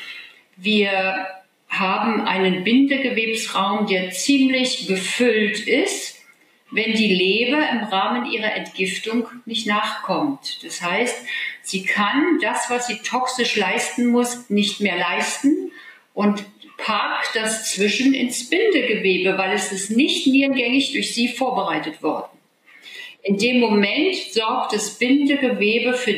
wir haben einen Bindegewebsraum, der ziemlich gefüllt ist, wenn die Leber im Rahmen ihrer Entgiftung nicht nachkommt. Das heißt, sie kann das, was sie toxisch leisten muss, nicht mehr leisten und parkt das zwischen ins Bindegewebe, weil es ist nicht nierengängig durch sie vorbereitet worden. In dem Moment sorgt das Bindegewebe für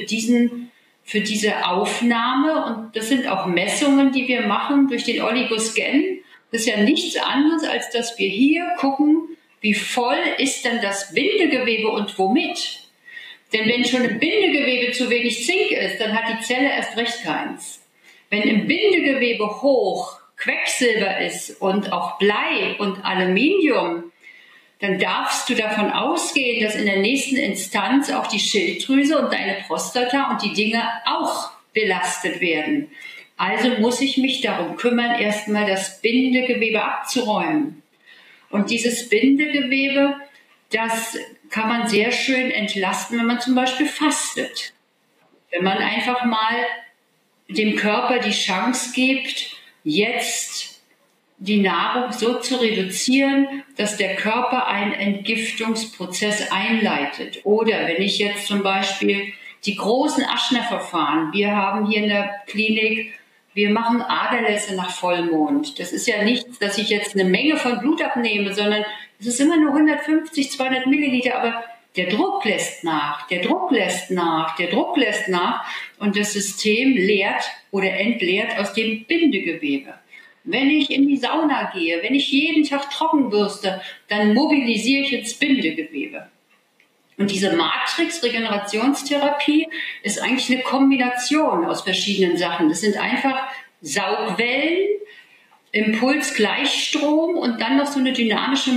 diese Aufnahme, und das sind auch Messungen, die wir machen durch den Oligoscan. Das ist ja nichts anderes, als dass wir hier gucken, wie voll ist denn das Bindegewebe und womit. Denn wenn schon im Bindegewebe zu wenig Zink ist, dann hat die Zelle erst recht keins. Wenn im Bindegewebe hoch Quecksilber ist und auch Blei und Aluminium, dann darfst du davon ausgehen, dass in der nächsten Instanz auch die Schilddrüse und deine Prostata und die Dinge auch belastet werden. Also muss ich mich darum kümmern, erstmal das Bindegewebe abzuräumen. Und dieses Bindegewebe, das kann man sehr schön entlasten, wenn man zum Beispiel fastet. Wenn man einfach mal dem Körper die Chance gibt, jetzt die Nahrung so zu reduzieren, dass der Körper einen Entgiftungsprozess einleitet. Oder wenn ich jetzt zum Beispiel die großen Aschner-Verfahren, wir haben hier in der Klinik, wir machen Aderlässe nach Vollmond. Das ist ja nichts, dass ich jetzt eine Menge von Blut abnehme, sondern es ist immer nur 150, 200 Milliliter, aber der Druck lässt nach, der Druck lässt nach, der Druck lässt nach und das System leert oder entleert aus dem Bindegewebe. Wenn ich in die Sauna gehe, wenn ich jeden Tag Trockenbürste, dann mobilisiere ich ins Bindegewebe. Und diese Matrix-Regenerationstherapie ist eigentlich eine Kombination aus verschiedenen Sachen. Das sind einfach Saugwellen, Impulsgleichstrom und dann noch so eine dynamische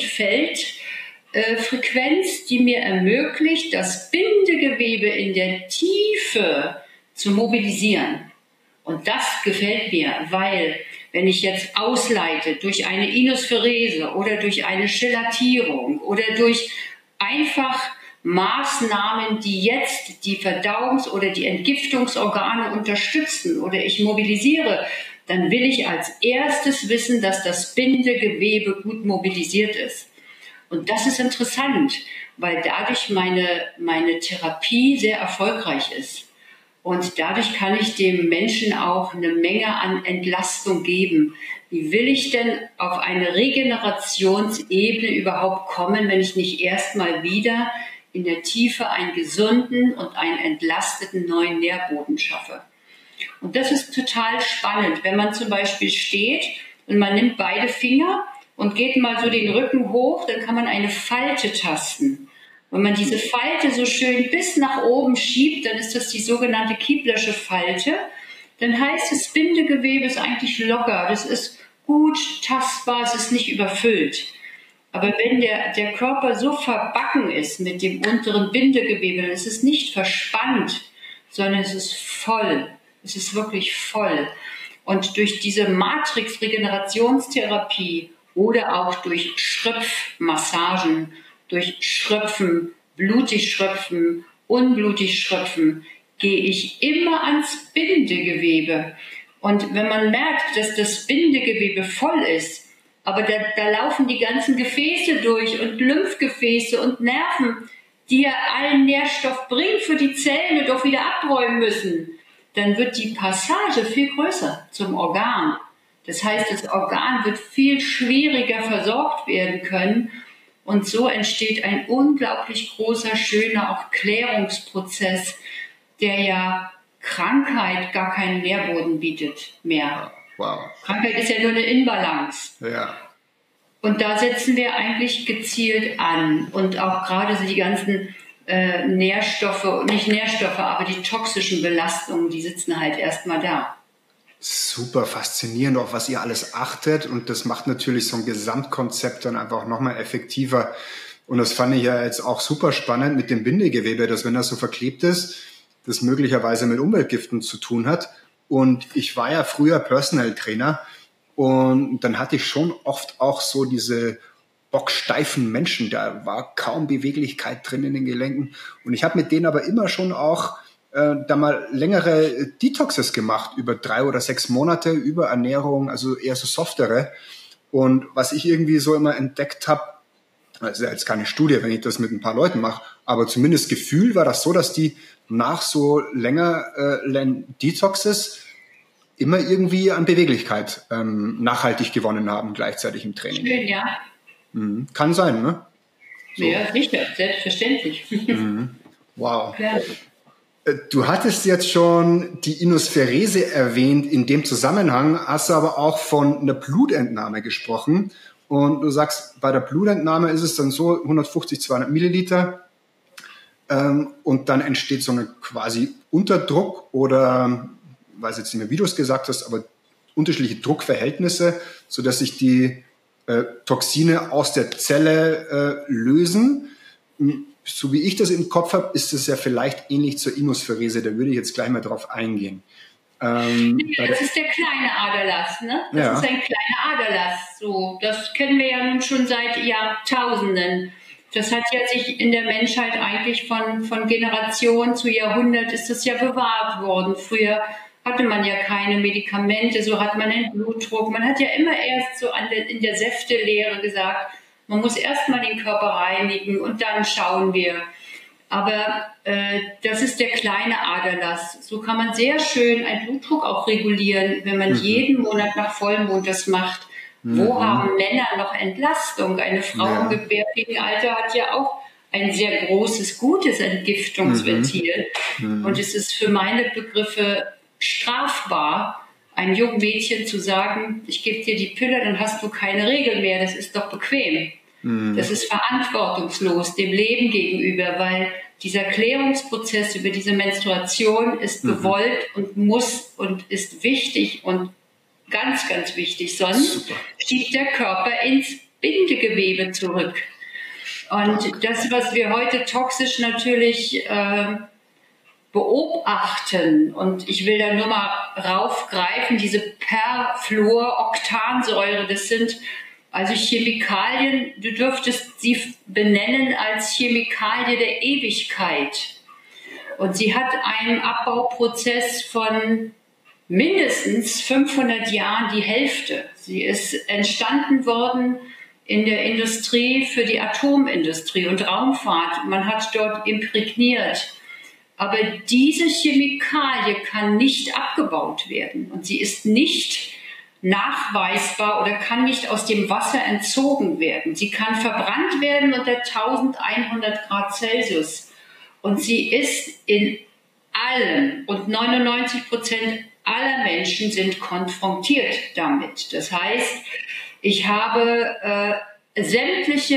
Magnetfeldfrequenz, die mir ermöglicht, das Bindegewebe in der Tiefe zu mobilisieren. Und das gefällt mir, weil wenn ich jetzt ausleite durch eine Inospherese oder durch eine Chelatierung oder durch einfach Maßnahmen, die jetzt die Verdauungs- oder die Entgiftungsorgane unterstützen oder ich mobilisiere, dann will ich als erstes wissen, dass das Bindegewebe gut mobilisiert ist. Und das ist interessant, weil dadurch meine Therapie sehr erfolgreich ist. Und dadurch kann ich dem Menschen auch eine Menge an Entlastung geben. Wie will ich denn auf eine Regenerationsebene überhaupt kommen, wenn ich nicht erstmal wieder in der Tiefe einen gesunden und einen entlasteten neuen Nährboden schaffe? Und das ist total spannend, wenn man zum Beispiel steht und man nimmt beide Finger und geht mal so den Rücken hoch, dann kann man eine Falte tasten. Wenn man diese Falte so schön bis nach oben schiebt, dann ist das die sogenannte Kiblersche Falte. Dann heißt das Bindegewebe ist eigentlich locker, das ist gut tastbar, es ist nicht überfüllt. Aber wenn der Körper so verbacken ist mit dem unteren Bindegewebe, dann ist es nicht verspannt, sondern es ist voll. Es ist wirklich voll. Und durch diese Matrix-Regenerationstherapie oder auch durch Schröpfmassagen, durch Schröpfen, blutig Schröpfen, unblutig Schröpfen, gehe ich immer ans Bindegewebe. Und wenn man merkt, dass das Bindegewebe voll ist, aber da laufen die ganzen Gefäße durch und Lymphgefäße und Nerven, die ja allen Nährstoff bringen für die Zellen und auch wieder abräumen müssen, dann wird die Passage viel größer zum Organ. Das heißt, das Organ wird viel schwieriger versorgt werden können. Und so entsteht ein unglaublich großer, schöner auch Klärungsprozess, der ja Krankheit gar keinen Nährboden bietet mehr. Wow. Krankheit ist ja nur eine Inbalance. Ja. Und da setzen wir eigentlich gezielt an. Und auch gerade so die ganzen Nährstoffe, nicht Nährstoffe, aber die toxischen Belastungen, die sitzen halt erstmal da. Super faszinierend, auf was ihr alles achtet, und das macht natürlich so ein Gesamtkonzept dann einfach nochmal effektiver. Und das fand ich ja jetzt auch super spannend mit dem Bindegewebe, dass wenn das so verklebt ist, das möglicherweise mit Umweltgiften zu tun hat. Und ich war ja früher Personal Trainer und dann hatte ich schon oft auch so diese bocksteifen Menschen, da war kaum Beweglichkeit drin in den Gelenken. Und ich habe mit denen aber immer schon auch da mal längere Detoxes gemacht, über 3 oder 6 Monate, über Ernährung, also eher so softere. Und was ich irgendwie so immer entdeckt habe, also jetzt keine Studie, wenn ich das mit ein paar Leuten mache, aber zumindest Gefühl war das so, dass die nach so längeren Detoxes immer irgendwie an Beweglichkeit nachhaltig gewonnen haben, gleichzeitig im Training. Schön, ja. Kann sein, ne? So. Ja, sicher, selbstverständlich. Wow. Klar. Du hattest jetzt schon die Inospherese erwähnt in dem Zusammenhang, hast du aber auch von einer Blutentnahme gesprochen. Und du sagst, bei der Blutentnahme ist es dann so 150, 200 Milliliter und dann entsteht so eine quasi Unterdruck oder, weiß jetzt nicht mehr, wie du es gesagt hast, aber unterschiedliche Druckverhältnisse, sodass sich die Toxine aus der Zelle lösen. So wie ich das im Kopf habe, ist es ja vielleicht ähnlich zur Inospherese. Da würde ich jetzt gleich mal drauf eingehen. Das ist der kleine Aderlass, ne? Das ist ein kleiner Aderlass. So, das kennen wir ja nun schon seit Jahrtausenden. Das hat ja sich in der Menschheit eigentlich von Generation zu Jahrhundert ist das ja bewahrt worden. Früher hatte man ja keine Medikamente, so hat man den Blutdruck. Man hat ja immer erst so in der Säftelehre gesagt, man muss erstmal den Körper reinigen und dann schauen wir. Aber das ist der kleine Aderlass. So kann man sehr schön einen Blutdruck auch regulieren, wenn man jeden Monat nach Vollmond das macht. Wo haben Männer noch Entlastung? Eine Frau im gebärfähigen Alter hat ja auch ein sehr großes, gutes Entgiftungsventil. Und es ist für meine Begriffe strafbar, einem jungen Mädchen zu sagen, ich gebe dir die Pille, dann hast du keine Regel mehr. Das ist doch bequem. Das ist verantwortungslos dem Leben gegenüber, weil dieser Klärungsprozess über diese Menstruation ist gewollt und muss und ist wichtig und ganz, ganz wichtig. Sonst schiebt der Körper ins Bindegewebe zurück. Und das, was wir heute toxisch natürlich beobachten, und ich will da nur mal raufgreifen, diese Perfluoroktansäure, das sind also Chemikalien, du dürftest sie benennen als Chemikalie der Ewigkeit. Und sie hat einen Abbauprozess von mindestens 500 Jahren, die Hälfte. Sie ist entstanden worden in der Industrie für die Atomindustrie und Raumfahrt. Man hat dort imprägniert. Aber diese Chemikalie kann nicht abgebaut werden und sie ist nicht nachweisbar oder kann nicht aus dem Wasser entzogen werden. Sie kann verbrannt werden unter 1100 Grad Celsius. Und sie ist in allem, und 99% aller Menschen sind konfrontiert damit. Das heißt, ich habe sämtliche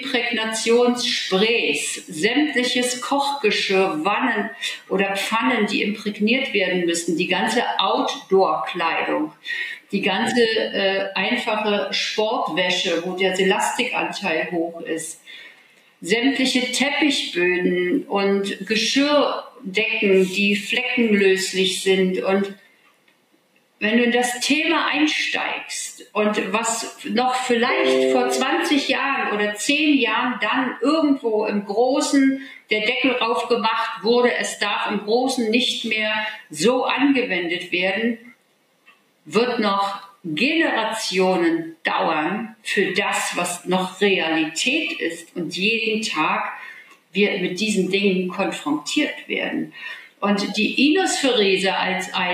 Imprägnationssprays, sämtliches Kochgeschirr, Wannen oder Pfannen, die imprägniert werden müssen, die ganze Outdoor-Kleidung, die ganze einfache Sportwäsche, wo der Elastikanteil hoch ist, sämtliche Teppichböden und Geschirrdecken, die fleckenlöslich sind. Und wenn du in das Thema einsteigst und was noch vielleicht vor 20 Jahren oder 10 Jahren dann irgendwo im Großen der Deckel rauf gemacht wurde, es darf im Großen nicht mehr so angewendet werden, wird noch Generationen dauern für das, was noch Realität ist. Und jeden Tag wir mit diesen Dingen konfrontiert werden. Und die Inospherese als ein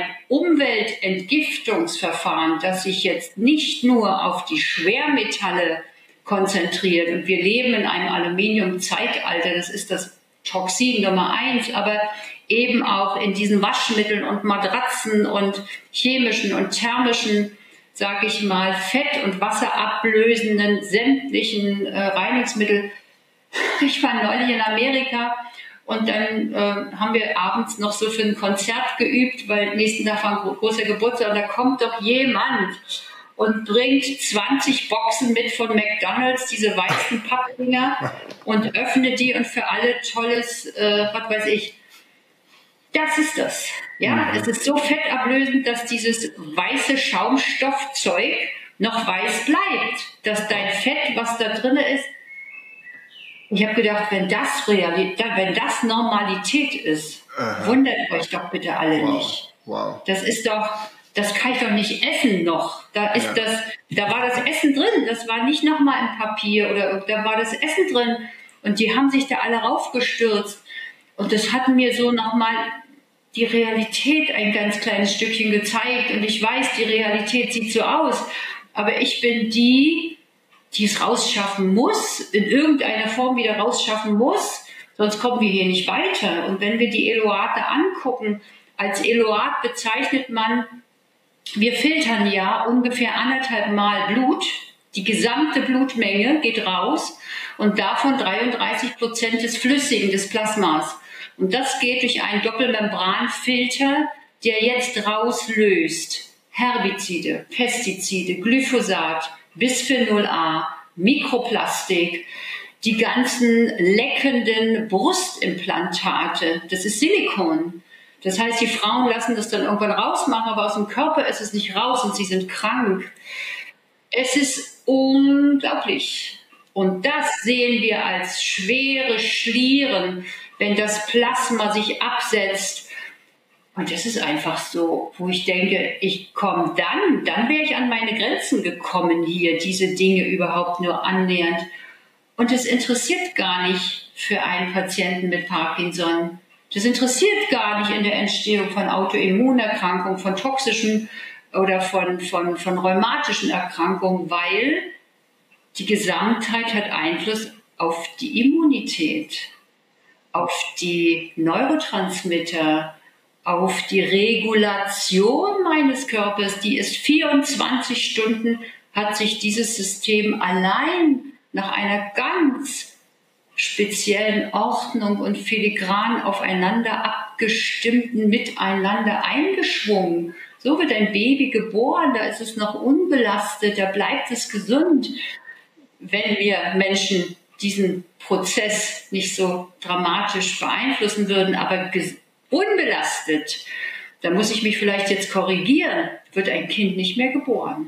Umweltentgiftungsverfahren, das sich jetzt nicht nur auf die Schwermetalle konzentriert, und wir leben in einem Aluminium-Zeitalter, das ist das Toxin Nummer 1, aber eben auch in diesen Waschmitteln und Matratzen und chemischen und thermischen, sage ich mal, fett- und wasserablösenden sämtlichen Reinigungsmittel. Ich war neulich in Amerika und dann haben wir abends noch so für ein Konzert geübt, weil nächsten Tag war ein großer Geburtstag und da kommt doch jemand und bringt 20 Boxen mit von McDonald's, diese weißen Pappdinger, und öffnet die und für alle tolles, was weiß ich. Das ist das. Ja, es ist so fettablösend, dass dieses weiße Schaumstoffzeug noch weiß bleibt, dass dein Fett, was da drin ist, ich habe gedacht, wenn das Normalität ist, wundert euch doch bitte alle nicht. Wow. Das kann ich doch nicht essen noch. Da war das Essen drin, das war nicht nochmal im Papier da war das Essen drin und die haben sich da alle raufgestürzt und das hat mir so nochmal die Realität ein ganz kleines Stückchen gezeigt und ich weiß, die Realität sieht so aus, aber ich bin die es rausschaffen muss, in irgendeiner Form wieder rausschaffen muss, sonst kommen wir hier nicht weiter. Und wenn wir die Eloate angucken, als Eloat bezeichnet man, wir filtern ja ungefähr 1,5 Mal Blut, die gesamte Blutmenge geht raus und davon 33% des Flüssigen, des Plasmas. Und das geht durch einen Doppelmembranfilter, der jetzt rauslöst Herbizide, Pestizide, Glyphosat, Bisphenol A, Mikroplastik, die ganzen leckenden Brustimplantate, das ist Silikon. Das heißt, die Frauen lassen das dann irgendwann rausmachen, aber aus dem Körper ist es nicht raus und sie sind krank. Es ist unglaublich. Und das sehen wir als schwere Schlieren, wenn das Plasma sich absetzt. Und das ist einfach so, wo ich denke, dann wäre ich an meine Grenzen gekommen hier, diese Dinge überhaupt nur annähernd. Und das interessiert gar nicht für einen Patienten mit Parkinson. Das interessiert gar nicht in der Entstehung von Autoimmunerkrankungen, von toxischen oder von rheumatischen Erkrankungen, weil die Gesamtheit hat Einfluss auf die Immunität, auf die Neurotransmitter, auf die Regulation meines Körpers, die ist 24 Stunden, hat sich dieses System allein nach einer ganz speziellen Ordnung und filigran aufeinander abgestimmten Miteinander eingeschwungen. So wird ein Baby geboren, da ist es noch unbelastet, da bleibt es gesund. Wenn wir Menschen diesen Prozess nicht so dramatisch beeinflussen würden, aber unbelastet, da muss ich mich vielleicht jetzt korrigieren, wird ein Kind nicht mehr geboren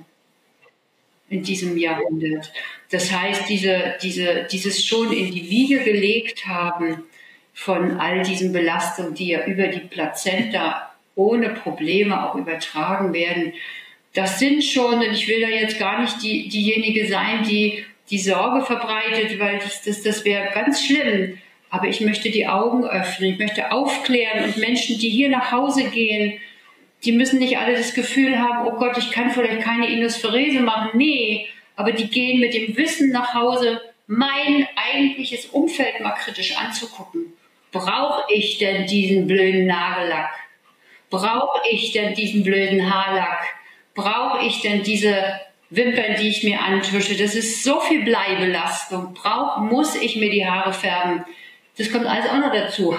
in diesem Jahrhundert. Das heißt, dieses schon in die Wiege gelegt haben von all diesen Belastungen, die ja über die Plazenta ohne Probleme auch übertragen werden, das sind schon, und ich will da jetzt gar nicht diejenige sein, die Sorge verbreitet, weil das wäre ganz schlimm. Aber ich möchte die Augen öffnen, ich möchte aufklären und Menschen, die hier nach Hause gehen, die müssen nicht alle das Gefühl haben, oh Gott, ich kann vielleicht keine Inospherese machen. Nee, aber die gehen mit dem Wissen nach Hause, mein eigentliches Umfeld mal kritisch anzugucken. Brauche ich denn diesen blöden Nagellack? Brauche ich denn diesen blöden Haarlack? Brauche ich denn diese Wimpern, die ich mir antusche? Das ist so viel Bleibelastung. Muss ich mir die Haare färben? Das kommt alles auch noch dazu.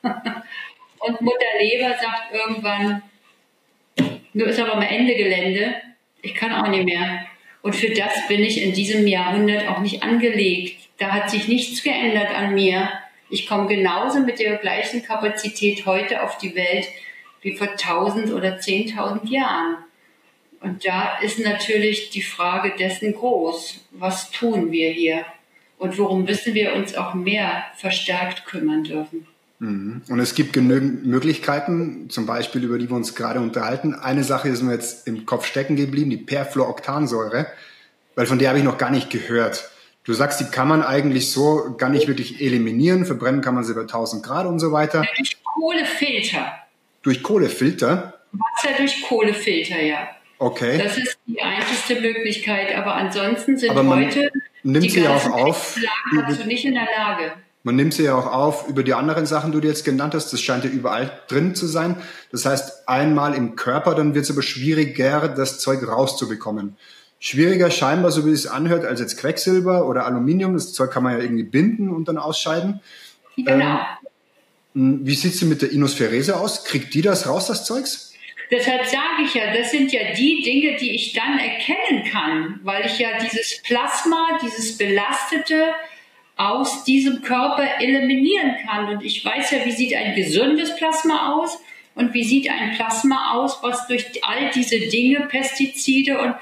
Und Mutter Leber sagt irgendwann, nur ist aber mal Ende Gelände, ich kann auch nicht mehr. Und für das bin ich in diesem Jahrhundert auch nicht angelegt. Da hat sich nichts geändert an mir. Ich komme genauso mit der gleichen Kapazität heute auf die Welt wie vor 1000 oder 10.000 Jahren. Und da ist natürlich die Frage dessen groß. Was tun wir hier? Und worum müssen wir uns auch mehr verstärkt kümmern dürfen? Und es gibt genügend Möglichkeiten, zum Beispiel über die wir uns gerade unterhalten. Eine Sache ist mir jetzt im Kopf stecken geblieben, die Perfluoroktansäure, weil von der habe ich noch gar nicht gehört. Du sagst, die kann man eigentlich so gar nicht wirklich eliminieren, verbrennen kann man sie bei 1000 Grad und so weiter. Ja, durch Kohlefilter. Durch Kohlefilter? Wasser durch Kohlefilter, ja. Okay. Das ist die einzigste Möglichkeit, aber ansonsten sind heute nimmt sie ja auch auf. Dazu nicht in der Lage. Man nimmt sie ja auch auf über die anderen Sachen, die du jetzt genannt hast. Das scheint ja überall drin zu sein. Das heißt, einmal im Körper, dann wird es aber schwieriger, das Zeug rauszubekommen. Schwieriger scheinbar, so wie es anhört, als jetzt Quecksilber oder Aluminium. Das Zeug kann man ja irgendwie binden und dann ausscheiden. Genau. Wie sieht's denn mit der Inospherese aus? Kriegt die das raus, das Zeugs? Deshalb sage ich ja, das sind ja die Dinge, die ich dann erkennen kann, weil ich ja dieses Plasma, dieses Belastete aus diesem Körper eliminieren kann. Und ich weiß ja, wie sieht ein gesundes Plasma aus und wie sieht ein Plasma aus, was durch all diese Dinge, Pestizide und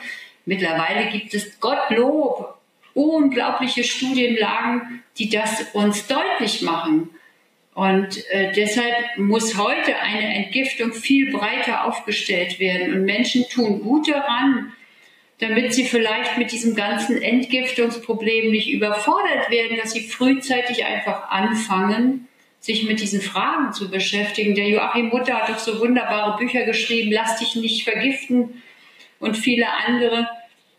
Mittlerweile gibt es, Gottlob, unglaubliche Studienlagen, die das uns deutlich machen. Und deshalb muss heute eine Entgiftung viel breiter aufgestellt werden. Und Menschen tun gut daran, damit sie vielleicht mit diesem ganzen Entgiftungsproblem nicht überfordert werden, dass sie frühzeitig einfach anfangen, sich mit diesen Fragen zu beschäftigen. Der Joachim Mutter hat doch so wunderbare Bücher geschrieben, Lass dich nicht vergiften und viele andere.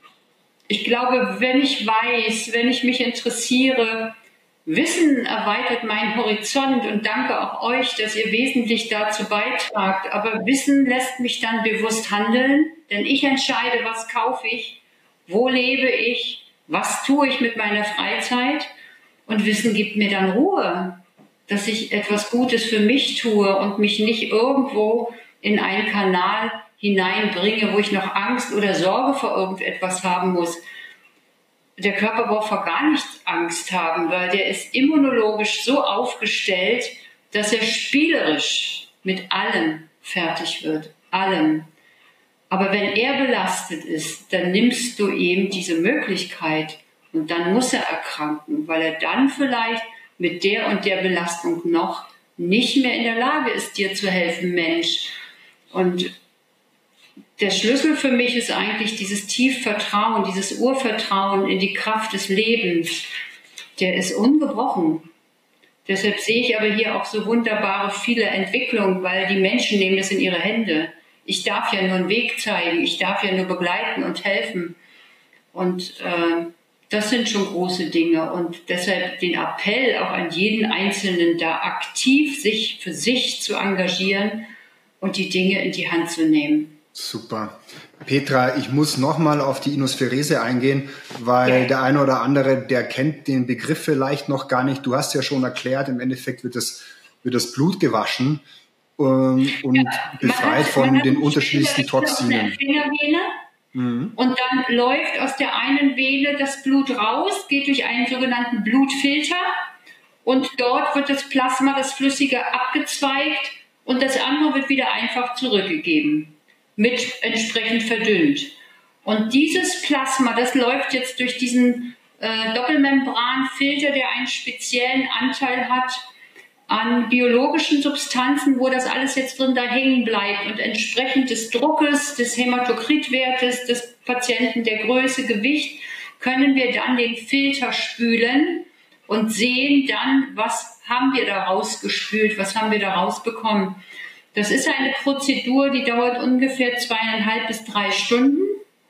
Ich glaube, wenn ich weiß, wenn ich mich interessiere, Wissen erweitert meinen Horizont und danke auch euch, dass ihr wesentlich dazu beitragt. Aber Wissen lässt mich dann bewusst handeln, denn ich entscheide, was kaufe ich, wo lebe ich, was tue ich mit meiner Freizeit. Und Wissen gibt mir dann Ruhe, dass ich etwas Gutes für mich tue und mich nicht irgendwo in einen Kanal hineinbringe, wo ich noch Angst oder Sorge vor irgendetwas haben muss. Der Körper braucht vor gar nichts Angst haben, weil der ist immunologisch so aufgestellt, dass er spielerisch mit allem fertig wird. Allem. Aber wenn er belastet ist, dann nimmst du ihm diese Möglichkeit und dann muss er erkranken, weil er dann vielleicht mit der und der Belastung noch nicht mehr in der Lage ist, dir zu helfen, Mensch. Und der Schlüssel für mich ist eigentlich dieses Tiefvertrauen, dieses Urvertrauen in die Kraft des Lebens. Der ist ungebrochen. Deshalb sehe ich aber hier auch so wunderbare viele Entwicklungen, weil die Menschen nehmen es in ihre Hände. Ich darf ja nur einen Weg zeigen, ich darf ja nur begleiten und helfen. Und das sind schon große Dinge. Und deshalb den Appell auch an jeden Einzelnen, da aktiv sich für sich zu engagieren und die Dinge in die Hand zu nehmen. Super. Petra, ich muss nochmal auf die Inospherese eingehen, weil der eine oder andere, der kennt den Begriff vielleicht noch gar nicht. Du hast ja schon erklärt, im Endeffekt wird das Blut gewaschen und befreit von den unterschiedlichsten Toxinen. Und dann läuft aus der einen Vene das Blut raus, geht durch einen sogenannten Blutfilter und dort wird das Plasma, das Flüssige, abgezweigt und das andere wird wieder einfach zurückgegeben. Mit entsprechend verdünnt. Und dieses Plasma, das läuft jetzt durch diesen Doppelmembranfilter, der einen speziellen Anteil hat an biologischen Substanzen, wo das alles jetzt drin da hängen bleibt und entsprechend des Druckes, des Hämatokritwertes, des Patienten, der Größe, Gewicht, können wir dann den Filter spülen und sehen dann, was haben wir da rausgespült, was haben wir da rausbekommen. Das ist eine Prozedur, die dauert ungefähr 2,5 bis 3 Stunden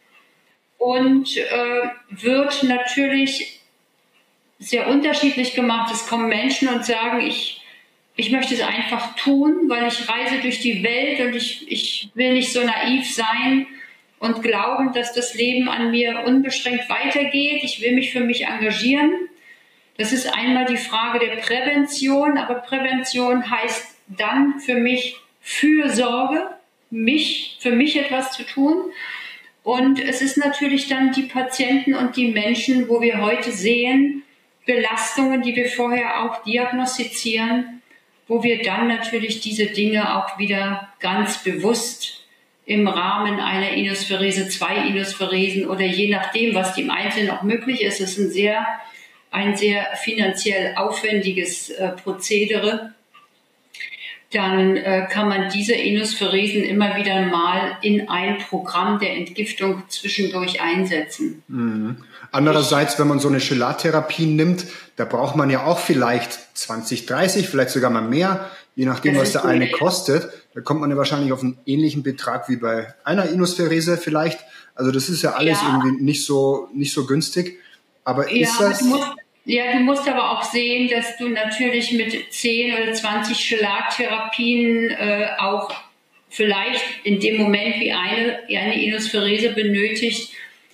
und wird natürlich sehr unterschiedlich gemacht. Es kommen Menschen und sagen, ich möchte es einfach tun, weil ich reise durch die Welt und ich will nicht so naiv sein und glauben, dass das Leben an mir unbeschränkt weitergeht. Ich will mich für mich engagieren. Das ist einmal die Frage der Prävention, aber Prävention heißt dann für mich Fürsorge, für mich etwas zu tun. Und es ist natürlich dann die Patienten und die Menschen, wo wir heute sehen, Belastungen, die wir vorher auch diagnostizieren, wo wir dann natürlich diese Dinge auch wieder ganz bewusst im Rahmen einer Inospherese, 2 Inospheresen oder je nachdem, was dem Einzelnen auch möglich ist, ist ein sehr finanziell aufwendiges Prozedere. Dann kann man diese Inospheresen immer wieder mal in ein Programm der Entgiftung zwischendurch einsetzen. Mhm. Andererseits, wenn man so eine Chelattherapie nimmt, da braucht man ja auch vielleicht 20, 30, vielleicht sogar mal mehr, je nachdem, was der eine kostet. Da kommt man ja wahrscheinlich auf einen ähnlichen Betrag wie bei einer Inospherese vielleicht. Also das ist ja alles irgendwie nicht so günstig. Aber ist das... Du musst aber auch sehen, dass du natürlich mit 10 oder 20 Chelattherapien auch vielleicht in dem Moment, wie eine Inospherese benötigt,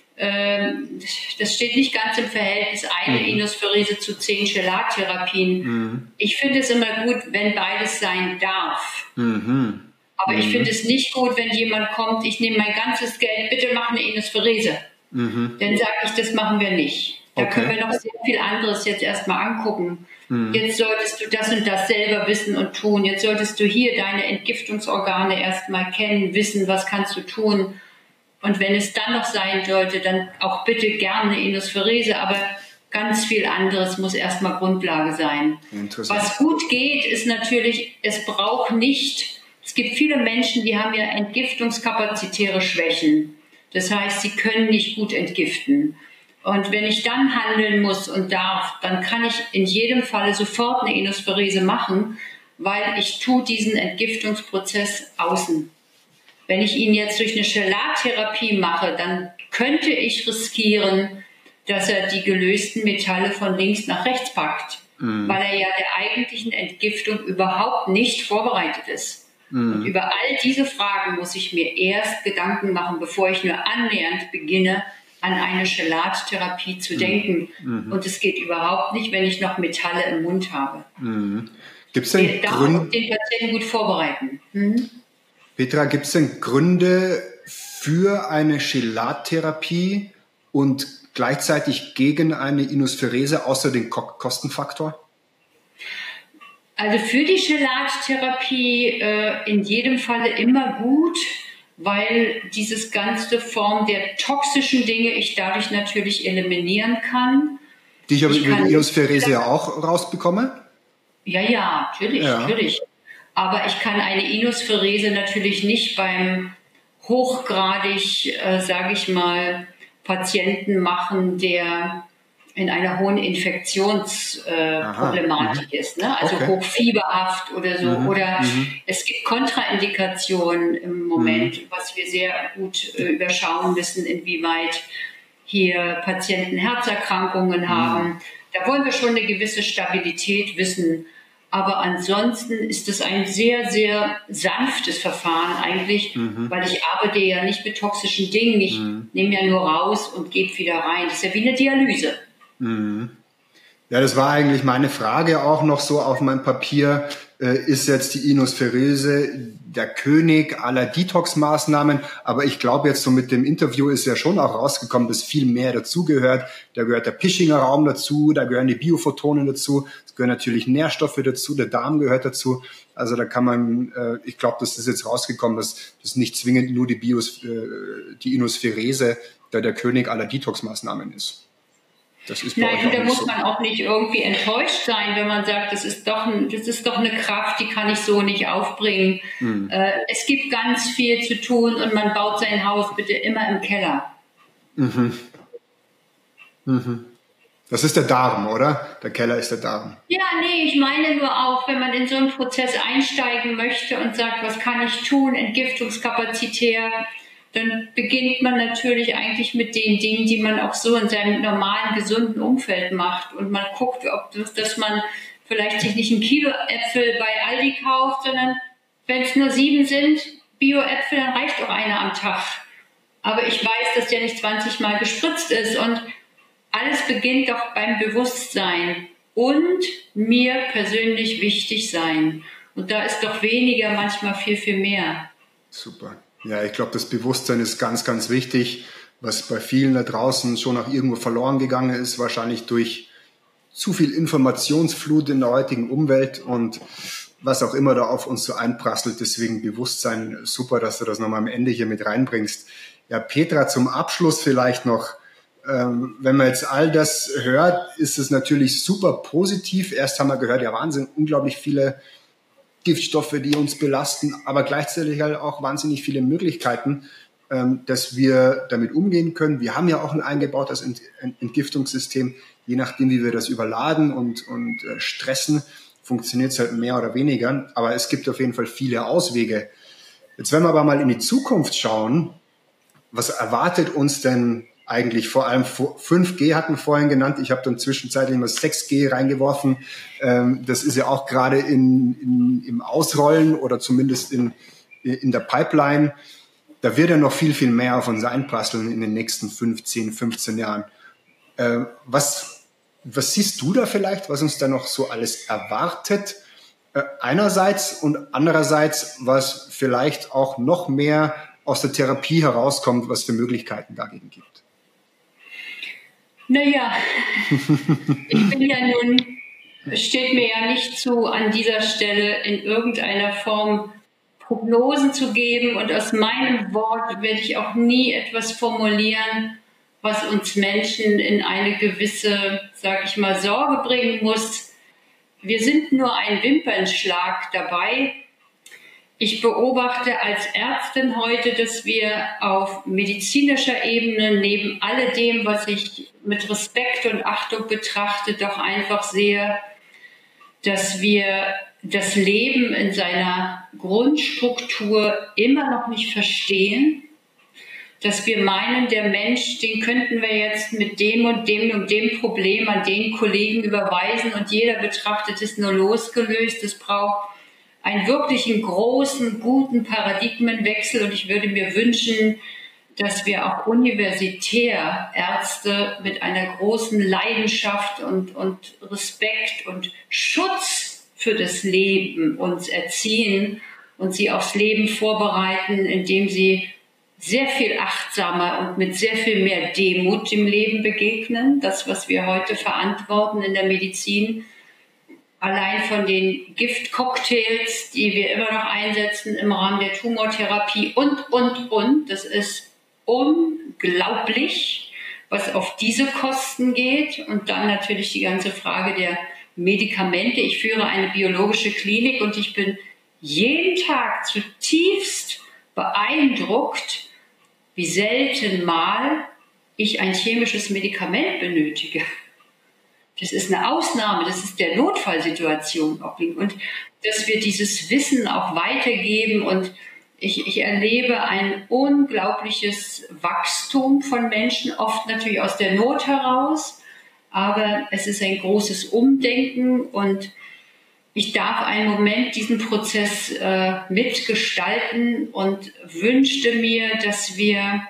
das steht nicht ganz im Verhältnis, eine Inospherese zu 10 Chelattherapien. Ich finde es immer gut, wenn beides sein darf. Aber ich finde es nicht gut, wenn jemand kommt, ich nehme mein ganzes Geld, bitte mach eine Inospherese. Dann sage ich, das machen wir nicht. Da können wir noch sehr viel anderes jetzt erstmal angucken. Jetzt solltest du das und das selber wissen und tun. Jetzt solltest du hier deine Entgiftungsorgane erstmal kennen, wissen, was kannst du tun. Und wenn es dann noch sein sollte, dann auch bitte gerne eine Inospherese, aber ganz viel anderes muss erstmal Grundlage sein. Was gut geht, ist natürlich, es gibt viele Menschen, die haben ja entgiftungskapazitäre Schwächen. Das heißt, sie können nicht gut entgiften. Und wenn ich dann handeln muss und darf, dann kann ich in jedem Falle sofort eine Inospherese machen, weil ich tue diesen Entgiftungsprozess außen. Wenn ich ihn jetzt durch eine Chelattherapie mache, dann könnte ich riskieren, dass er die gelösten Metalle von links nach rechts packt, weil er ja der eigentlichen Entgiftung überhaupt nicht vorbereitet ist. Und über all diese Fragen muss ich mir erst Gedanken machen, bevor ich nur annähernd beginne, an eine Chelattherapie zu denken. Und es geht überhaupt nicht, wenn ich noch Metalle im Mund habe. Gibt's denn Gründe, den Patienten gut vorbereiten. Petra, gibt es denn Gründe für eine Chelattherapie und gleichzeitig gegen eine Inospherese außer den Kostenfaktor? Also für die Chelattherapie in jedem Falle immer gut, weil dieses ganze Form der toxischen Dinge ich dadurch natürlich eliminieren kann. Die ich aber über die Inospherese ja auch rausbekomme? Ja, natürlich. Aber ich kann eine Inospherese natürlich nicht beim hochgradig, sage ich mal, Patienten machen, der in einer hohen Infektionsproblematik ist, ne? Also hochfieberhaft oder so. Oder es gibt Kontraindikationen im Moment, was wir sehr gut überschauen müssen, inwieweit hier Patienten Herzerkrankungen haben. Da wollen wir schon eine gewisse Stabilität wissen. Aber ansonsten ist es ein sehr, sehr sanftes Verfahren eigentlich, weil ich arbeite ja nicht mit toxischen Dingen. Ich nehme ja nur raus und gebe wieder rein. Das ist ja wie eine Dialyse. Ja, das war eigentlich meine Frage auch noch so auf meinem Papier. Ist jetzt die Inospherese der König aller Detox-Maßnahmen? Aber ich glaube jetzt so mit dem Interview ist ja schon auch rausgekommen, dass viel mehr dazugehört. Da gehört der Pischinger Raum dazu, da gehören die Biophotonen dazu, es gehören natürlich Nährstoffe dazu, der Darm gehört dazu. Also da kann man, ich glaube, das ist jetzt rausgekommen, dass das nicht zwingend nur die Inospherese der König aller Detox-Maßnahmen ist. Das ist Nein, da muss man auch nicht irgendwie enttäuscht sein, wenn man sagt, das ist doch eine Kraft, die kann ich so nicht aufbringen. Es gibt ganz viel zu tun und man baut sein Haus bitte immer im Keller. Das ist der Darm, oder? Der Keller ist der Darm. Ja, nee, ich meine nur auch, wenn man in so einen Prozess einsteigen möchte und sagt, was kann ich tun, entgiftungskapazitär, dann beginnt man natürlich eigentlich mit den Dingen, die man auch so in seinem normalen, gesunden Umfeld macht. Und man guckt, dass man vielleicht sich nicht 1 Kilo Äpfel bei Aldi kauft, sondern wenn es nur 7 sind, Bio-Äpfel, dann reicht auch einer am Tag. Aber ich weiß, dass der nicht 20 Mal gespritzt ist. Und alles beginnt doch beim Bewusstsein und mir persönlich wichtig sein. Und da ist doch weniger manchmal viel, viel mehr. Super. Ja, ich glaube, das Bewusstsein ist ganz, ganz wichtig, was bei vielen da draußen schon auch irgendwo verloren gegangen ist, wahrscheinlich durch zu viel Informationsflut in der heutigen Umwelt und was auch immer da auf uns so einprasselt. Deswegen Bewusstsein, super, dass du das nochmal am Ende hier mit reinbringst. Ja, Petra, zum Abschluss vielleicht noch, wenn man jetzt all das hört, ist es natürlich super positiv. Erst haben wir gehört, ja Wahnsinn, unglaublich viele Giftstoffe, die uns belasten, aber gleichzeitig halt auch wahnsinnig viele Möglichkeiten, dass wir damit umgehen können. Wir haben ja auch ein eingebautes Entgiftungssystem. Je nachdem, wie wir das überladen und stressen, funktioniert es halt mehr oder weniger. Aber es gibt auf jeden Fall viele Auswege. Jetzt, wenn wir aber mal in die Zukunft schauen, was erwartet uns denn eigentlich? Vor allem 5G hatten wir vorhin genannt. Ich habe dann zwischenzeitlich mal 6G reingeworfen. Das ist ja auch gerade im Ausrollen oder zumindest in der Pipeline. Da wird ja noch viel, viel mehr auf uns einprasseln in den nächsten 15 Jahren. Was siehst du da vielleicht, was uns da noch so alles erwartet? Einerseits und andererseits, was vielleicht auch noch mehr aus der Therapie herauskommt, was für Möglichkeiten dagegen gibt. Naja, steht mir ja nicht zu, an dieser Stelle in irgendeiner Form Prognosen zu geben, und aus meinem Wort werde ich auch nie etwas formulieren, was uns Menschen in eine gewisse, sag ich mal, Sorge bringen muss. Wir sind nur ein Wimpernschlag dabei. Ich beobachte als Ärztin heute, dass wir auf medizinischer Ebene neben alledem, was ich mit Respekt und Achtung betrachte, doch einfach sehe, dass wir das Leben in seiner Grundstruktur immer noch nicht verstehen, dass wir meinen, der Mensch, den könnten wir jetzt mit dem und dem Problem an den Kollegen überweisen und jeder betrachtet es nur losgelöst. Es braucht einen wirklichen großen, guten Paradigmenwechsel, und ich würde mir wünschen, dass wir auch universitär Ärzte mit einer großen Leidenschaft und Respekt und Schutz für das Leben uns erziehen und sie aufs Leben vorbereiten, indem sie sehr viel achtsamer und mit sehr viel mehr Demut dem Leben begegnen. Das, was wir heute verantworten in der Medizin, allein von den Giftcocktails, die wir immer noch einsetzen im Rahmen der Tumortherapie und. Das ist unglaublich, was auf diese Kosten geht. Und dann natürlich die ganze Frage der Medikamente. Ich führe eine biologische Klinik und ich bin jeden Tag zutiefst beeindruckt, wie selten mal ich ein chemisches Medikament benötige. Das ist eine Ausnahme, das ist der Notfallsituation. Und dass wir dieses Wissen auch weitergeben, und ich erlebe ein unglaubliches Wachstum von Menschen, oft natürlich aus der Not heraus, aber es ist ein großes Umdenken, und ich darf einen Moment diesen Prozess mitgestalten und wünschte mir, dass wir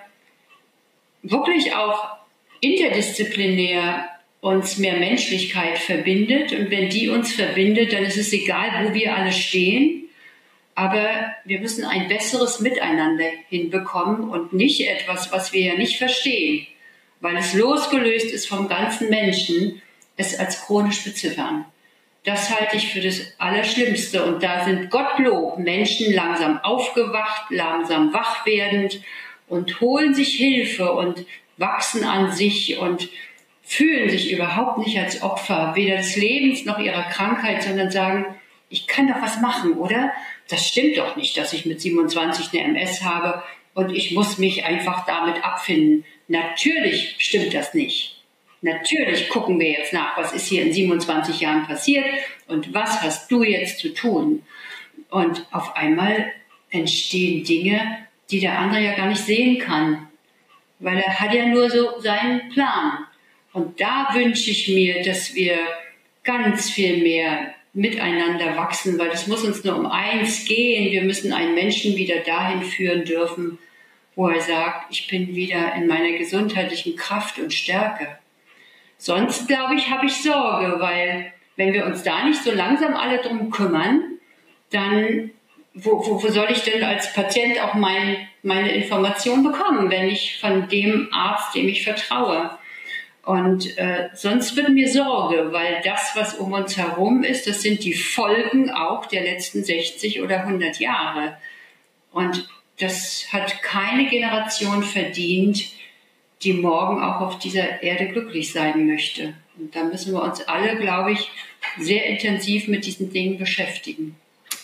wirklich auch interdisziplinär uns mehr Menschlichkeit verbindet. Und wenn die uns verbindet, dann ist es egal, wo wir alle stehen. Aber wir müssen ein besseres Miteinander hinbekommen und nicht etwas, was wir ja nicht verstehen, weil es losgelöst ist vom ganzen Menschen, es als chronisch beziffern. Das halte ich für das Allerschlimmste. Und da sind Gottlob Menschen langsam aufgewacht, langsam wach werdend und holen sich Hilfe und wachsen an sich und fühlen sich überhaupt nicht als Opfer, weder des Lebens noch ihrer Krankheit, sondern sagen, ich kann doch was machen, oder? Das stimmt doch nicht, dass ich mit 27 eine MS habe und ich muss mich einfach damit abfinden. Natürlich stimmt das nicht. Natürlich gucken wir jetzt nach, was ist hier in 27 Jahren passiert und was hast du jetzt zu tun. Und auf einmal entstehen Dinge, die der andere ja gar nicht sehen kann, weil er hat ja nur so seinen Plan. Und da wünsche ich mir, dass wir ganz viel mehr miteinander wachsen, weil es muss uns nur um eins gehen. Wir müssen einen Menschen wieder dahin führen dürfen, wo er sagt, ich bin wieder in meiner gesundheitlichen Kraft und Stärke. Sonst, glaube ich, habe ich Sorge, weil wenn wir uns da nicht so langsam alle drum kümmern, dann wo soll ich denn als Patient auch meine Information bekommen, wenn ich von dem Arzt, dem ich vertraue? Und sonst wird mir Sorge, weil das, was um uns herum ist, das sind die Folgen auch der letzten 60 oder 100 Jahre. Und das hat keine Generation verdient, die morgen auch auf dieser Erde glücklich sein möchte. Und da müssen wir uns alle, glaube ich, sehr intensiv mit diesen Dingen beschäftigen.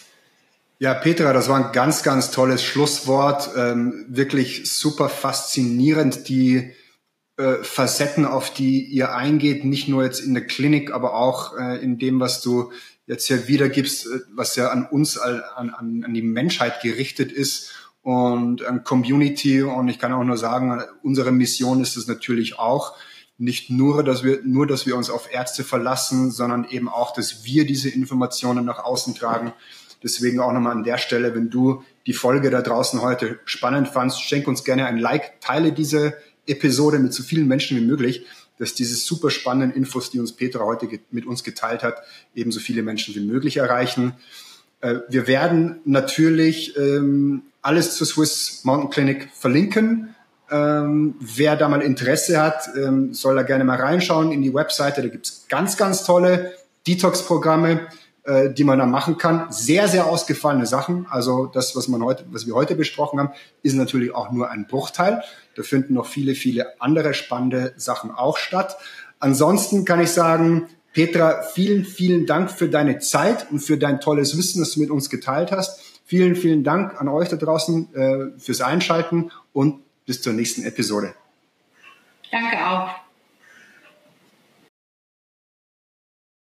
Ja, Petra, das war ein ganz, ganz tolles Schlusswort. Wirklich super faszinierend, die Facetten, auf die ihr eingeht, nicht nur jetzt in der Klinik, aber auch in dem, was du jetzt ja wiedergibst, was ja an uns, an die Menschheit gerichtet ist und an Community. Und ich kann auch nur sagen, unsere Mission ist es natürlich auch, nicht nur, dass wir uns auf Ärzte verlassen, sondern eben auch, dass wir diese Informationen nach außen tragen. Deswegen auch nochmal an der Stelle, wenn du die Folge da draußen heute spannend fandst, schenk uns gerne ein Like, teile diese Episode mit so vielen Menschen wie möglich, dass diese super spannenden Infos, die uns Petra heute mit uns geteilt hat, eben so viele Menschen wie möglich erreichen. Wir werden natürlich alles zur Swiss Mountain Clinic verlinken. Wer da mal Interesse hat, soll da gerne mal reinschauen in die Webseite. Da gibt's ganz, ganz tolle Detox-Programme. die man da machen kann. Sehr, sehr ausgefallene Sachen. Also das, was wir heute besprochen haben, ist natürlich auch nur ein Bruchteil. Da finden noch viele, viele andere spannende Sachen auch statt. Ansonsten kann ich sagen, Petra, vielen, vielen Dank für deine Zeit und für dein tolles Wissen, das du mit uns geteilt hast. Vielen, vielen Dank an euch da draußen fürs Einschalten und bis zur nächsten Episode. Danke auch.